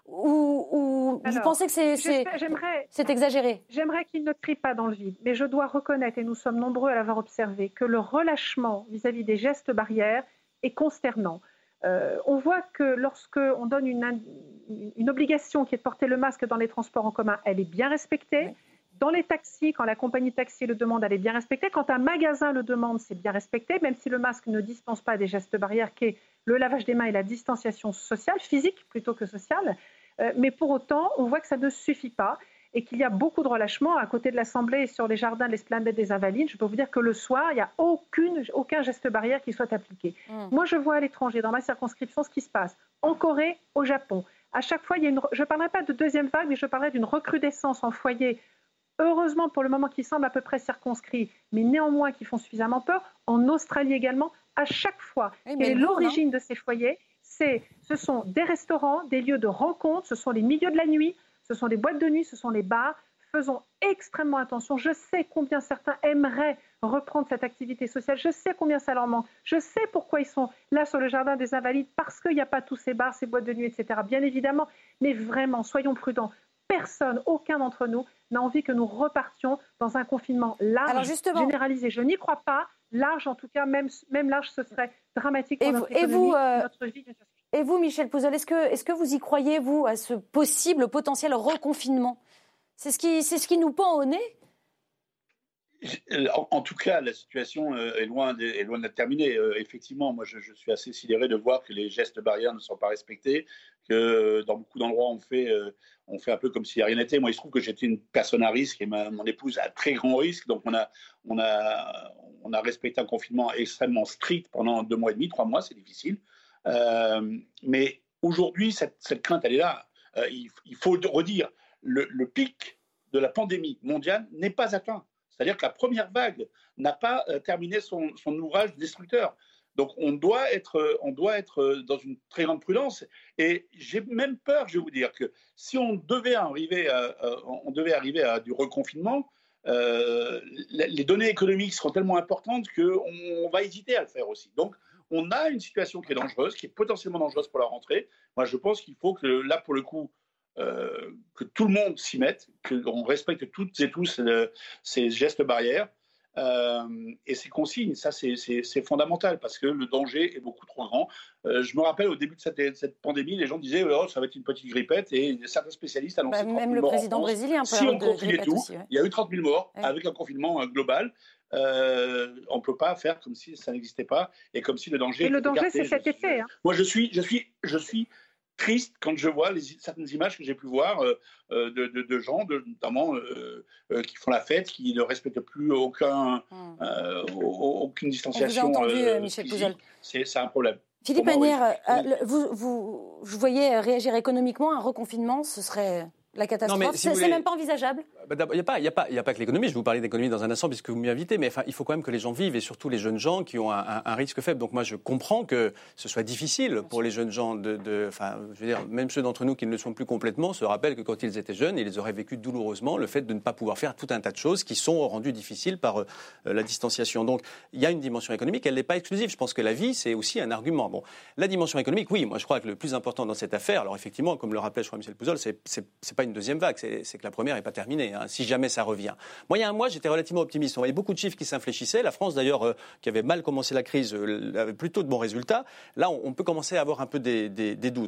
ou, ou Alors, vous pensez que c'est, c'est, c'est exagéré? J'aimerais qu'il ne crie pas dans le vide, mais je dois reconnaître, et nous sommes nombreux à l'avoir observé, que le relâchement vis-à-vis des gestes barrières est consternant. Euh, on voit que lorsqu'on donne une, une obligation qui est de porter le masque dans les transports en commun, elle est bien respectée. Oui. Dans les taxis, quand la compagnie de taxi le demande, elle est bien respectée. Quand un magasin le demande, c'est bien respecté, même si le masque ne dispense pas des gestes barrières, qui est le lavage des mains et la distanciation sociale, physique plutôt que sociale. Euh, mais pour autant, on voit que ça ne suffit pas et qu'il y a beaucoup de relâchement. À côté de l'Assemblée et sur les jardins de l'Esplanade des Invalides, je peux vous dire que le soir, il n'y a aucune, aucun geste barrière qui soit appliqué. Mmh. Moi, je vois à l'étranger, dans ma circonscription, ce qui se passe. En Corée, au Japon. À chaque fois, il y a une, je ne parlerai pas de deuxième vague, mais je parlerai d'une recrudescence en foyer. Heureusement, pour le moment, qui semble à peu près circonscrit, mais néanmoins qui font suffisamment peur. En Australie également, à chaque fois, oui, quelle est l'origine non de ces foyers? C'est, ce sont des restaurants, des lieux de rencontre, ce sont les milieux de la nuit, ce sont les boîtes de nuit, ce sont les bars. Faisons extrêmement attention. Je sais combien certains aimeraient reprendre cette activité sociale. Je sais combien ça leur manque. Je sais pourquoi ils sont là sur le jardin des Invalides, parce qu'il n'y a pas tous ces bars, ces boîtes de nuit, et cetera. Bien évidemment, mais vraiment, soyons prudents. Personne, aucun d'entre nous n'a envie que nous repartions dans un confinement large, Alors justement, généralisé. Je n'y crois pas. Large, en tout cas, même, même large, ce serait dramatique pour et notre vous, économie, et vous, euh, notre vie. Et vous, Michel Pouzol, est-ce que, est-ce que vous y croyez, vous, à ce possible, potentiel reconfinement? C'est ce qui, c'est ce qui nous pend au nez? En, en tout cas, la situation est loin, de, est loin d'être terminée. Euh, effectivement, moi, je, je suis assez sidéré de voir que les gestes barrières ne sont pas respectés, que dans beaucoup d'endroits, on fait, euh, on fait un peu comme s'il n'y a rien n'était. Moi, il se trouve que j'étais une personne à risque et ma, mon épouse à très grand risque. Donc, on a, on, a, on a respecté un confinement extrêmement strict pendant deux mois et demi, trois mois, c'est difficile. Euh, mais aujourd'hui, cette, cette crainte, elle est là. Euh, il, il faut redire, le, le pic de la pandémie mondiale n'est pas atteint. C'est-à-dire que la première vague n'a pas euh, terminé son, son ouvrage destructeur. Donc on doit, être, on doit être dans une très grande prudence. Et j'ai même peur, je vais vous dire, que si on devait arriver à, à, on devait arriver à du reconfinement, euh, les données économiques seront tellement importantes qu'on va hésiter à le faire aussi. Donc on a une situation qui est dangereuse, qui est potentiellement dangereuse pour la rentrée. Moi je pense qu'il faut que là, pour le coup, Euh, que tout le monde s'y mette, qu'on respecte toutes et tous euh, ces gestes barrières euh, et ces consignes. Ça, c'est, c'est, c'est fondamental parce que le danger est beaucoup trop grand. Euh, je me rappelle au début de cette, de cette pandémie, les gens disaient oh, ça va être une petite grippette et certains spécialistes annonçaient bah, même le président brésilien. Si on confinait tout, aussi, ouais. Il y a eu trente mille morts ouais. avec un confinement global. Euh, on ne peut pas faire comme si ça n'existait pas et comme si le danger. Et le danger, écarté. C'est cet je, effet. Hein. Moi, je suis, je suis, je suis. triste quand je vois les, certaines images que j'ai pu voir euh, de, de, de gens, de, notamment euh, euh, qui font la fête, qui ne respectent plus aucun, mmh. euh, aucune distanciation. On vous a entendu, euh, Michel Pouzol. C'est, c'est un problème. Philippe Magnière, oui. euh, vous, vous, je voyais réagir économiquement, un reconfinement, ce serait la catastrophe. Non, si c'est, voulez... c'est même pas envisageable. Bah, il n'y a, a, a pas que l'économie. Je vais vous parler d'économie dans un instant puisque vous m'y invitez. Mais enfin, il faut quand même que les gens vivent et surtout les jeunes gens qui ont un, un, un risque faible. Donc moi, je comprends que ce soit difficile pour les jeunes gens de, de, enfin, je veux dire, même ceux d'entre nous qui ne le sont plus complètement se rappellent que quand ils étaient jeunes, ils auraient vécu douloureusement le fait de ne pas pouvoir faire tout un tas de choses qui sont rendues difficiles par euh, la distanciation. Donc il y a une dimension économique. Elle n'est pas exclusive. Je pense que la vie, c'est aussi un argument. Bon, la dimension économique, oui. Moi, je crois que le plus important dans cette affaire, alors effectivement, comme le rappelait, je crois, Michel Pouzol, c'est, c'est, c'est pas une deuxième vague. C'est, c'est que la première n'est pas terminée, hein, si jamais ça revient. Moi, il y a un mois, j'étais relativement optimiste. On voyait beaucoup de chiffres qui s'infléchissaient. La France, d'ailleurs, euh, qui avait mal commencé la crise, euh, avait plutôt de bons résultats. Là, on, on peut commencer à avoir un peu des, des, des doutes.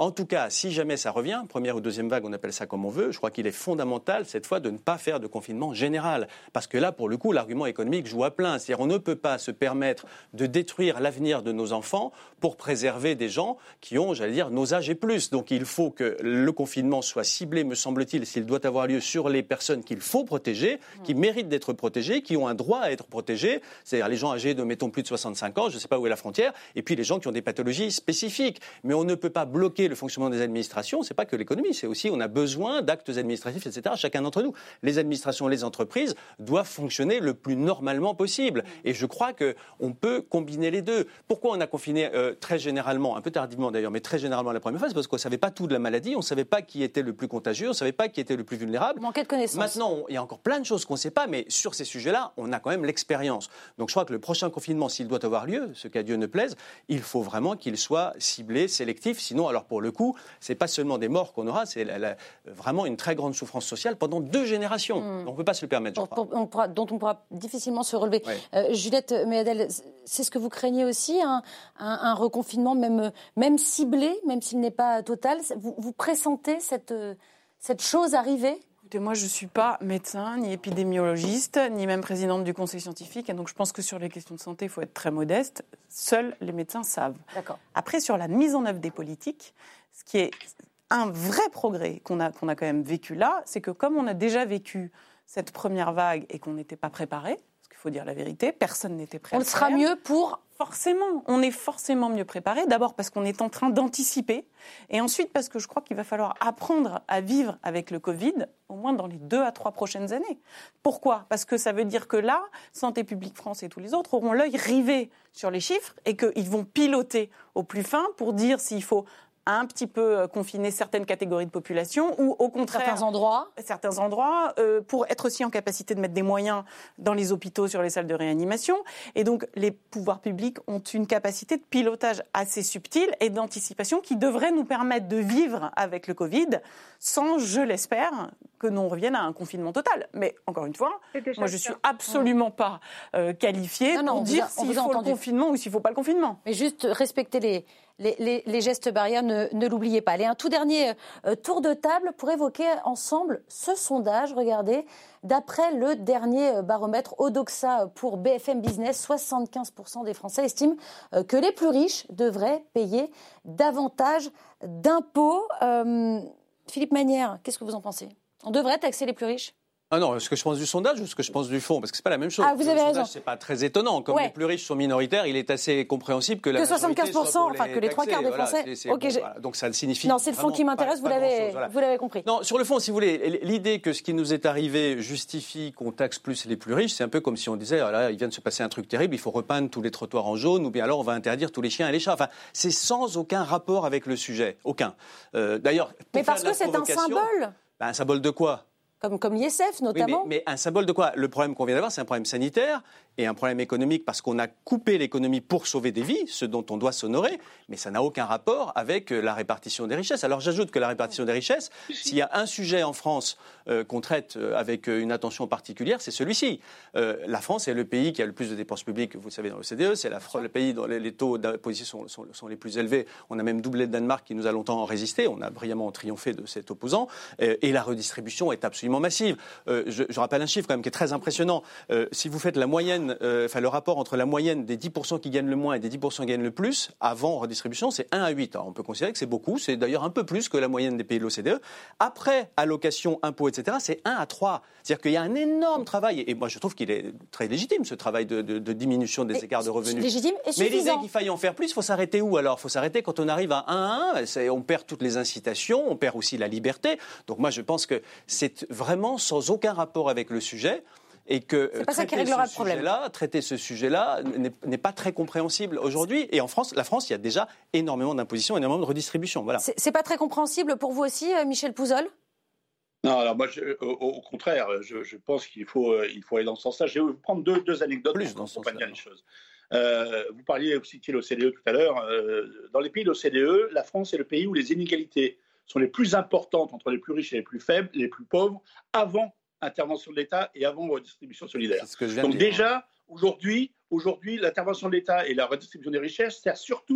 En tout cas, si jamais ça revient, première ou deuxième vague, on appelle ça comme on veut, je crois qu'il est fondamental cette fois de ne pas faire de confinement général. Parce que là, pour le coup, l'argument économique joue à plein. C'est-à-dire on ne peut pas se permettre de détruire l'avenir de nos enfants pour préserver des gens qui ont, j'allais dire, nos âges et plus. Donc il faut que le confinement soit ciblé, me semble-t-il, s'il doit avoir lieu, sur les personnes qu'il faut protéger, qui méritent d'être protégées, qui ont un droit à être protégées, c'est-à-dire les gens âgés de, mettons, plus de soixante-cinq ans, je ne sais pas où est la frontière, et puis les gens qui ont des pathologies spécifiques. Mais on ne peut pas bloquer le fonctionnement des administrations, c'est pas que l'économie, c'est aussi, on a besoin d'actes administratifs, et cetera, chacun d'entre nous. Les administrations, les entreprises doivent fonctionner le plus normalement possible. Et je crois qu'on peut combiner les deux. Pourquoi on a confiné euh, très généralement, un peu tardivement d'ailleurs, mais très généralement la première phase? Parce qu'on ne savait pas tout de la maladie, on ne savait pas qui était le plus contagieux, on ne savait pas qui était le plus vulnérable. Manquait de connaissances. Maintenant, on, il y a encore plein de choses qu'on ne sait pas, mais sur ces sujets-là, on a quand même l'expérience. Donc je crois que le prochain confinement, s'il doit avoir lieu, ce qu'à Dieu ne plaise, il faut vraiment qu'il soit ciblé, sélectif. Sinon, alors pour le coup, c'est pas seulement des morts qu'on aura, c'est la, la, vraiment une très grande souffrance sociale pendant deux générations. Mmh. On ne peut pas se le permettre, je pour, crois. On pourra, dont on pourra difficilement se relever. Oui. Euh, Juliette Méadel, c'est ce que vous craignez aussi, un, un, un reconfinement même, même ciblé, même s'il n'est pas total. Vous, vous pressentez cette, cette chose arriver ? Écoutez, moi, je ne suis pas médecin, ni épidémiologiste, ni même présidente du conseil scientifique. Et donc, je pense que sur les questions de santé, il faut être très modeste. Seuls les médecins savent. D'accord. Après, sur la mise en œuvre des politiques, ce qui est un vrai progrès qu'on a, qu'on a quand même vécu là, c'est que comme on a déjà vécu cette première vague et qu'on n'était pas préparé, parce qu'il faut dire la vérité, personne n'était prêt. On le sera mieux pour... Forcément, on est forcément mieux préparé. D'abord parce qu'on est en train d'anticiper, et ensuite parce que je crois qu'il va falloir apprendre à vivre avec le Covid, au moins dans les deux à trois prochaines années. Pourquoi ? Parce que ça veut dire que là, Santé publique France et tous les autres auront l'œil rivé sur les chiffres et qu'ils vont piloter au plus fin pour dire s'il faut un petit peu confiner certaines catégories de population ou au contraire certains endroits, certains endroits euh, pour être aussi en capacité de mettre des moyens dans les hôpitaux, sur les salles de réanimation. Et donc les pouvoirs publics ont une capacité de pilotage assez subtile et d'anticipation qui devrait nous permettre de vivre avec le Covid sans, je l'espère, que l'on revienne à un confinement total. Mais encore une fois, moi je suis absolument pas euh, qualifiée non, non, pour dire a, s'il faut entendu. le confinement ou s'il faut pas le confinement. Mais juste respecter les Les, les, les gestes barrières, ne, ne l'oubliez pas. Allez, un tout dernier euh, tour de table pour évoquer ensemble ce sondage. Regardez, d'après le dernier baromètre Odoxa pour B F M Business, soixante-quinze pour cent des Français estiment euh, que les plus riches devraient payer davantage d'impôts. Euh, Philippe Magnière, qu'est-ce que vous en pensez ? On devrait taxer les plus riches ? Ah non, ce que je pense du sondage ou ce que je pense du fond, parce que c'est pas la même chose. Ah, vous avez le raison. sondage, c'est pas très étonnant. Comme ouais. les plus riches sont minoritaires, il est assez compréhensible que la que soixante-quinze pour cent, pour enfin que les trois quarts des voilà, Français. c'est, c'est okay, bon, voilà. Donc ça le signifie. Non, c'est le fond qui m'intéresse. Vous l'avez, voilà. vous l'avez compris. Non, sur le fond, si vous voulez, l'idée que ce qui nous est arrivé justifie qu'on taxe plus les plus riches, c'est un peu comme si on disait, ah là, il vient de se passer un truc terrible, il faut repeindre tous les trottoirs en jaune, ou bien alors on va interdire tous les chiens et les chats. Enfin, c'est sans aucun rapport avec le sujet, aucun. Euh, d'ailleurs. Mais parce que c'est un symbole. Ben, un symbole de quoi ? Comme, comme l'I S F, notamment. Oui, mais, mais un symbole de quoi ? Le problème qu'on vient d'avoir, c'est un problème sanitaire et un problème économique parce qu'on a coupé l'économie pour sauver des vies, ce dont on doit s'honorer, mais ça n'a aucun rapport avec la répartition des richesses. Alors j'ajoute que la répartition des richesses, s'il y a un sujet en France euh, qu'on traite avec une attention particulière, c'est celui-ci. Euh, la France est le pays qui a le plus de dépenses publiques, vous le savez, dans l'O C D E, c'est la, le pays dont les, les taux d'imposition sont, sont, sont les plus élevés. On a même doublé le Danemark qui nous a longtemps résisté, on a brillamment triomphé de cet opposant, euh, et la redistribution est absolument massive. Euh, je, je rappelle un chiffre quand même qui est très impressionnant. Euh, si vous faites la moyenne, euh, enfin le rapport entre la moyenne des dix pour cent qui gagnent le moins et des dix pour cent qui gagnent le plus, avant redistribution, c'est un à huit. Alors on peut considérer que c'est beaucoup, c'est d'ailleurs un peu plus que la moyenne des pays de l'O C D E. Après allocation, impôts, et cetera, c'est un à trois. C'est-à-dire qu'il y a un énorme travail, et moi je trouve qu'il est très légitime ce travail de, de, de diminution des et écarts de revenus. Légitime et Mais l'idée qu'il faille en faire plus, il faut s'arrêter où alors ? Il faut s'arrêter quand on arrive à un à un, on perd toutes les incitations, on perd aussi la liberté. Donc moi je pense que c'est vraiment sans aucun rapport avec le sujet et que c'est pas ça qui réglera le problème. Là, traiter ce sujet-là n'est, n'est pas très compréhensible aujourd'hui. Et en France, la France, il y a déjà énormément d'impositions, énormément de redistribution. Voilà. C'est, c'est pas très compréhensible pour vous aussi, Michel Pouzol ? Non, alors moi, je, au, au contraire, je, je pense qu'il faut, euh, il faut aller dans ce sens-là. Je vais vous prendre deux, deux anecdotes Plus pour accompagner les choses. Euh, vous parliez aussi de l'O C D E tout à l'heure. Euh, dans les pays de l'O C D E, la France est le pays où les inégalités sont les plus importantes entre les plus riches et les plus faibles, les plus pauvres, avant intervention de l'État et avant redistribution solidaire. C'est ce que je viens Donc de dire, déjà, aujourd'hui, aujourd'hui, l'intervention de l'État et la redistribution des richesses sert surtout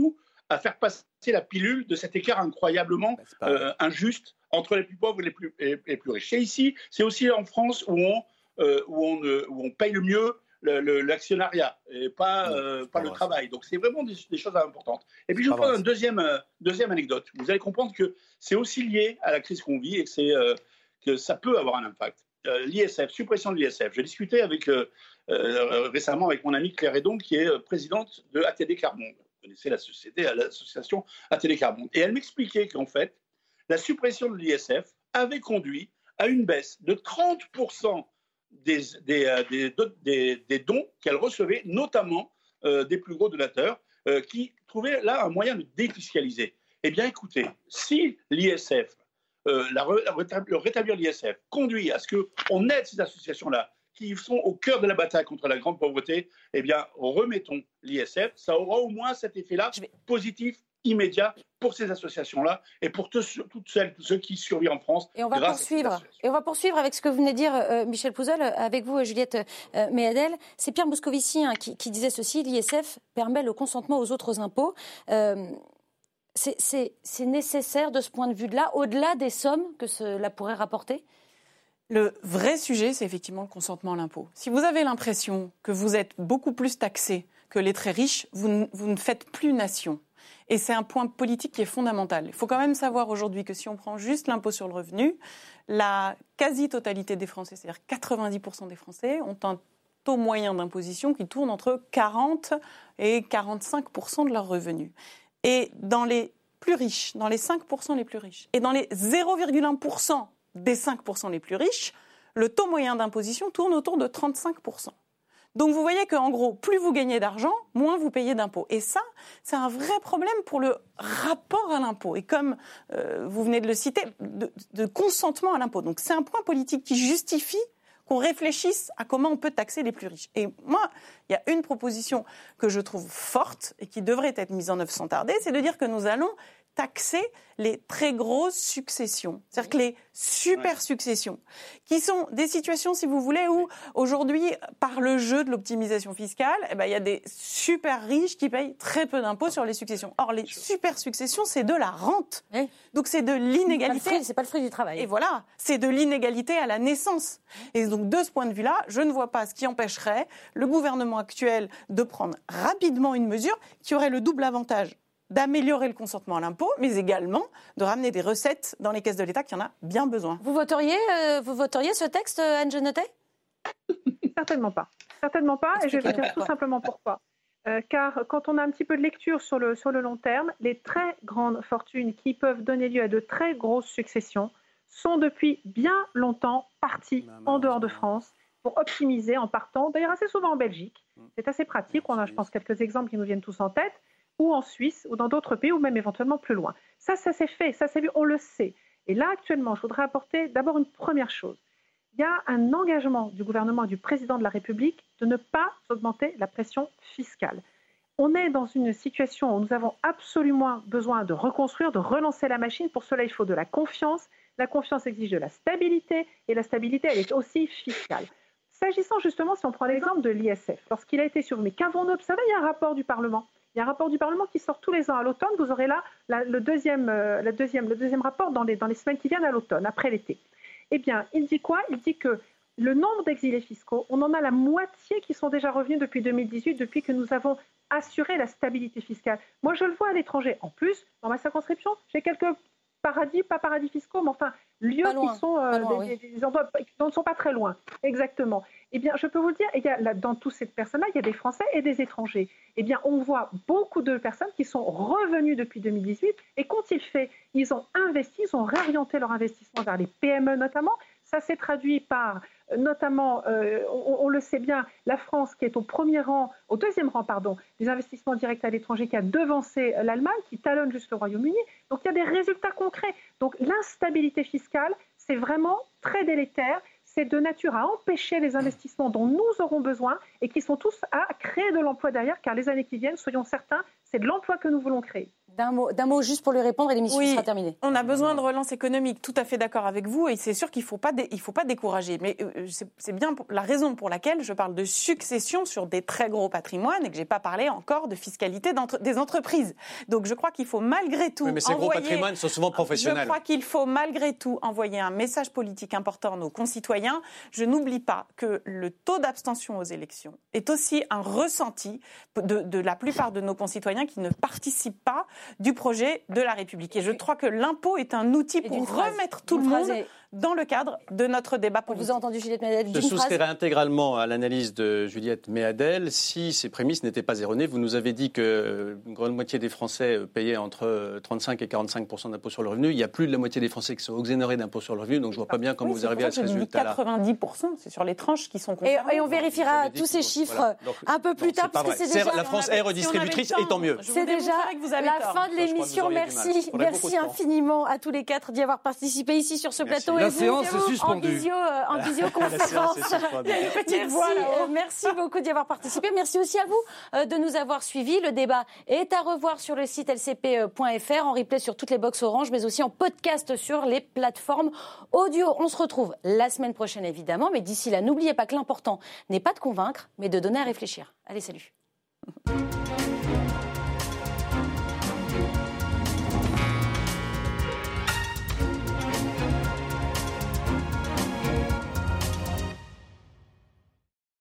à faire passer la pilule de cet écart incroyablement bah, euh, injuste entre les plus pauvres et les plus, et, et les plus riches. Et ici, c'est aussi en France où on, euh, où on, euh, où on paye le mieux le, le, l'actionnariat et pas, non, euh, pas pas le vrai, travail. ça. Donc c'est vraiment des, des choses importantes. Et puis je vous pas donne vrai, une deuxième, euh, deuxième anecdote. Vous allez comprendre que c'est aussi lié à la crise qu'on vit et que, c'est, euh, que ça peut avoir un impact. Euh, L'I S F, suppression de l'I S F. J'ai discuté avec, euh, euh, récemment avec mon amie Claire Hédon, qui est présidente de A T D Quart Monde. Vous connaissez la société, l'association A T D Quart Monde. Et elle m'expliquait qu'en fait, la suppression de l'I S F avait conduit à une baisse de trente pour cent des, des, des, des, des dons qu'elle recevait, notamment euh, des plus gros donateurs, euh, qui trouvaient là un moyen de défiscaliser. Eh bien, écoutez, si l'I S F, euh, la, le rétablir l'I S F, conduit à ce qu'on aide ces associations-là, qui sont au cœur de la bataille contre la grande pauvreté, eh bien, remettons l'I S F. Ça aura au moins cet effet-là vais... positif, immédiat pour ces associations-là et pour toutes celles, ceux qui survivent en France. Et on va poursuivre. Et on va poursuivre avec ce que vous venez de dire, euh, Michel Pouzol, avec vous, Juliette euh, Méadel. C'est Pierre Moscovici hein, qui, qui disait ceci: l'I S F permet le consentement aux autres impôts. Euh, c'est, c'est, c'est nécessaire de ce point de vue-là, au-delà des sommes que cela pourrait rapporter? Le vrai sujet, c'est effectivement le consentement à l'impôt. Si vous avez l'impression que vous êtes beaucoup plus taxé que les très riches, vous ne, vous ne faites plus nation. Et c'est un point politique qui est fondamental. Il faut quand même savoir aujourd'hui que si on prend juste l'impôt sur le revenu, la quasi-totalité des Français, c'est-à-dire quatre-vingt-dix pour cent des Français, ont un taux moyen d'imposition qui tourne entre quarante et quarante-cinq pour cent de leurs revenus. Et dans les plus riches, dans les cinq pour cent les plus riches, et dans les zéro virgule un pour cent des cinq pour cent les plus riches, le taux moyen d'imposition tourne autour de trente-cinq pour cent. Donc vous voyez qu'en gros, plus vous gagnez d'argent, moins vous payez d'impôts. Et ça, c'est un vrai problème pour le rapport à l'impôt. Et comme euh, vous venez de le citer, de, de consentement à l'impôt. Donc c'est un point politique qui justifie qu'on réfléchisse à comment on peut taxer les plus riches. Et moi, il y a une proposition que je trouve forte et qui devrait être mise en œuvre sans tarder, c'est de dire que nous allons taxer les très grosses successions, c'est-à-dire que les super successions, qui sont des situations, si vous voulez, où aujourd'hui, par le jeu de l'optimisation fiscale, eh ben, il y a des super riches qui payent très peu d'impôts sur les successions. Or, les super successions, c'est de la rente. Oui. Donc, c'est de l'inégalité. C'est pas le fruit du travail. Et voilà, c'est de l'inégalité à la naissance. Et donc, de ce point de vue-là, je ne vois pas ce qui empêcherait le gouvernement actuel de prendre rapidement une mesure qui aurait le double avantage d'améliorer le consentement à l'impôt, mais également de ramener des recettes dans les caisses de l'État qui en a bien besoin. Vous voteriez, euh, vous voteriez ce texte, Anne Genottet ? Certainement pas. Certainement pas, et je vais vous dire tout simplement pourquoi. Euh, car quand on a un petit peu de lecture sur le, sur le long terme, les très grandes fortunes qui peuvent donner lieu à de très grosses successions sont depuis bien longtemps parties en dehors de France pour optimiser en partant, d'ailleurs assez souvent en Belgique. C'est assez pratique, on a je pense quelques exemples qui nous viennent tous en tête, ou en Suisse, ou dans d'autres pays, ou même éventuellement plus loin. Ça, ça s'est fait, ça s'est vu, on le sait. Et là, actuellement, je voudrais apporter d'abord une première chose. Il y a un engagement du gouvernement et du président de la République de ne pas augmenter la pression fiscale. On est dans une situation où nous avons absolument besoin de reconstruire, de relancer la machine. Pour cela, il faut de la confiance. La confiance exige de la stabilité, et la stabilité, elle est aussi fiscale. S'agissant justement, si on prend l'exemple de l'I S F, lorsqu'il a été sur... Mais qu'avons-nous observé ? Il y a un rapport du Parlement. Il y a un rapport du Parlement qui sort tous les ans à l'automne. Vous aurez là la, le, deuxième, euh, la deuxième, le deuxième rapport dans les, dans les semaines qui viennent à l'automne, après l'été. Eh bien, il dit quoi ? Il dit que le nombre d'exilés fiscaux, on en a la moitié qui sont déjà revenus depuis deux mille dix-huit, depuis que nous avons assuré la stabilité fiscale. Moi, je le vois à l'étranger. En plus, dans ma circonscription, j'ai quelques paradis, pas paradis fiscaux, mais enfin, lieux qui sont euh, loin, des, oui. des, des endroits qui ne sont pas très loin. Exactement. Eh bien, je peux vous le dire, il y a, là, dans toutes ces personnes-là, il y a des Français et des étrangers. Eh bien, on voit beaucoup de personnes qui sont revenues depuis deux mille dix-huit. Et qu'ont-ils fait ? Ils ont investi, ils ont réorienté leur investissement vers les P M E notamment. Ça s'est traduit par, notamment, euh, on, on le sait bien, la France qui est au premier rang, au deuxième rang, pardon, des investissements directs à l'étranger, qui a devancé l'Allemagne, qui talonne jusqu'au Royaume-Uni. Donc, il y a des résultats concrets. Donc, l'instabilité fiscale, c'est vraiment très délétère. C'est de nature à empêcher les investissements dont nous aurons besoin et qui sont tous à créer de l'emploi derrière, car les années qui viennent, soyons certains, c'est de l'emploi que nous voulons créer. D'un mot, d'un mot juste pour lui répondre et l'émission oui, sera terminée. On a besoin de relance économique, tout à fait d'accord avec vous, et c'est sûr qu'il ne faut pas, dé- il faut pas décourager. Mais euh, c'est, c'est bien pour, la raison pour laquelle je parle de succession sur des très gros patrimoines et que je n'ai pas parlé encore de fiscalité des entreprises. Donc je crois qu'il faut malgré tout oui, mais ces envoyer, gros patrimoines sont souvent professionnels. Je crois qu'il faut malgré tout envoyer un message politique important à nos concitoyens. Je n'oublie pas que le taux d'abstention aux élections est aussi un ressenti de, de la plupart de nos concitoyens qui ne participent pas du projet de la République. Et je crois que l'impôt est un outil pour remettre tout le monde dans le cadre de notre débat politique. On vous a entendu, Juliette Méadel. Je souscrirai intégralement à l'analyse de Juliette Méadel. Si ces prémices n'étaient pas erronées, vous nous avez dit qu'une grande moitié des Français payaient entre trente-cinq et quarante-cinq pour cent d'impôt sur le revenu. Il y a plus de la moitié des Français qui sont exonérés d'impôt sur le revenu, donc je ne vois pas bien comment oui, vous arrivez à ce résultat-là. quatre-vingt-dix pour cent, c'est sur les tranches qui sont concernés. Et, et on non, vérifiera tous ces chiffres voilà. donc, un peu plus non, tard, parce que c'est déjà... La France est redistributrice, et tant mieux. C'est déjà la fin de l'émission. Merci, merci infiniment à tous les quatre d'y avoir participé ici sur ce plateau. La séance est suspendue. En, visio, euh, en visioconférence. Il y a une petite merci, voix là-haut. euh, merci beaucoup d'y avoir participé. Merci aussi à vous euh, de nous avoir suivis. Le débat est à revoir sur le site l c p point f r, en replay sur toutes les box Orange, mais aussi en podcast sur les plateformes audio. On se retrouve la semaine prochaine, évidemment. Mais d'ici là, n'oubliez pas que l'important n'est pas de convaincre, mais de donner à réfléchir. Allez, salut.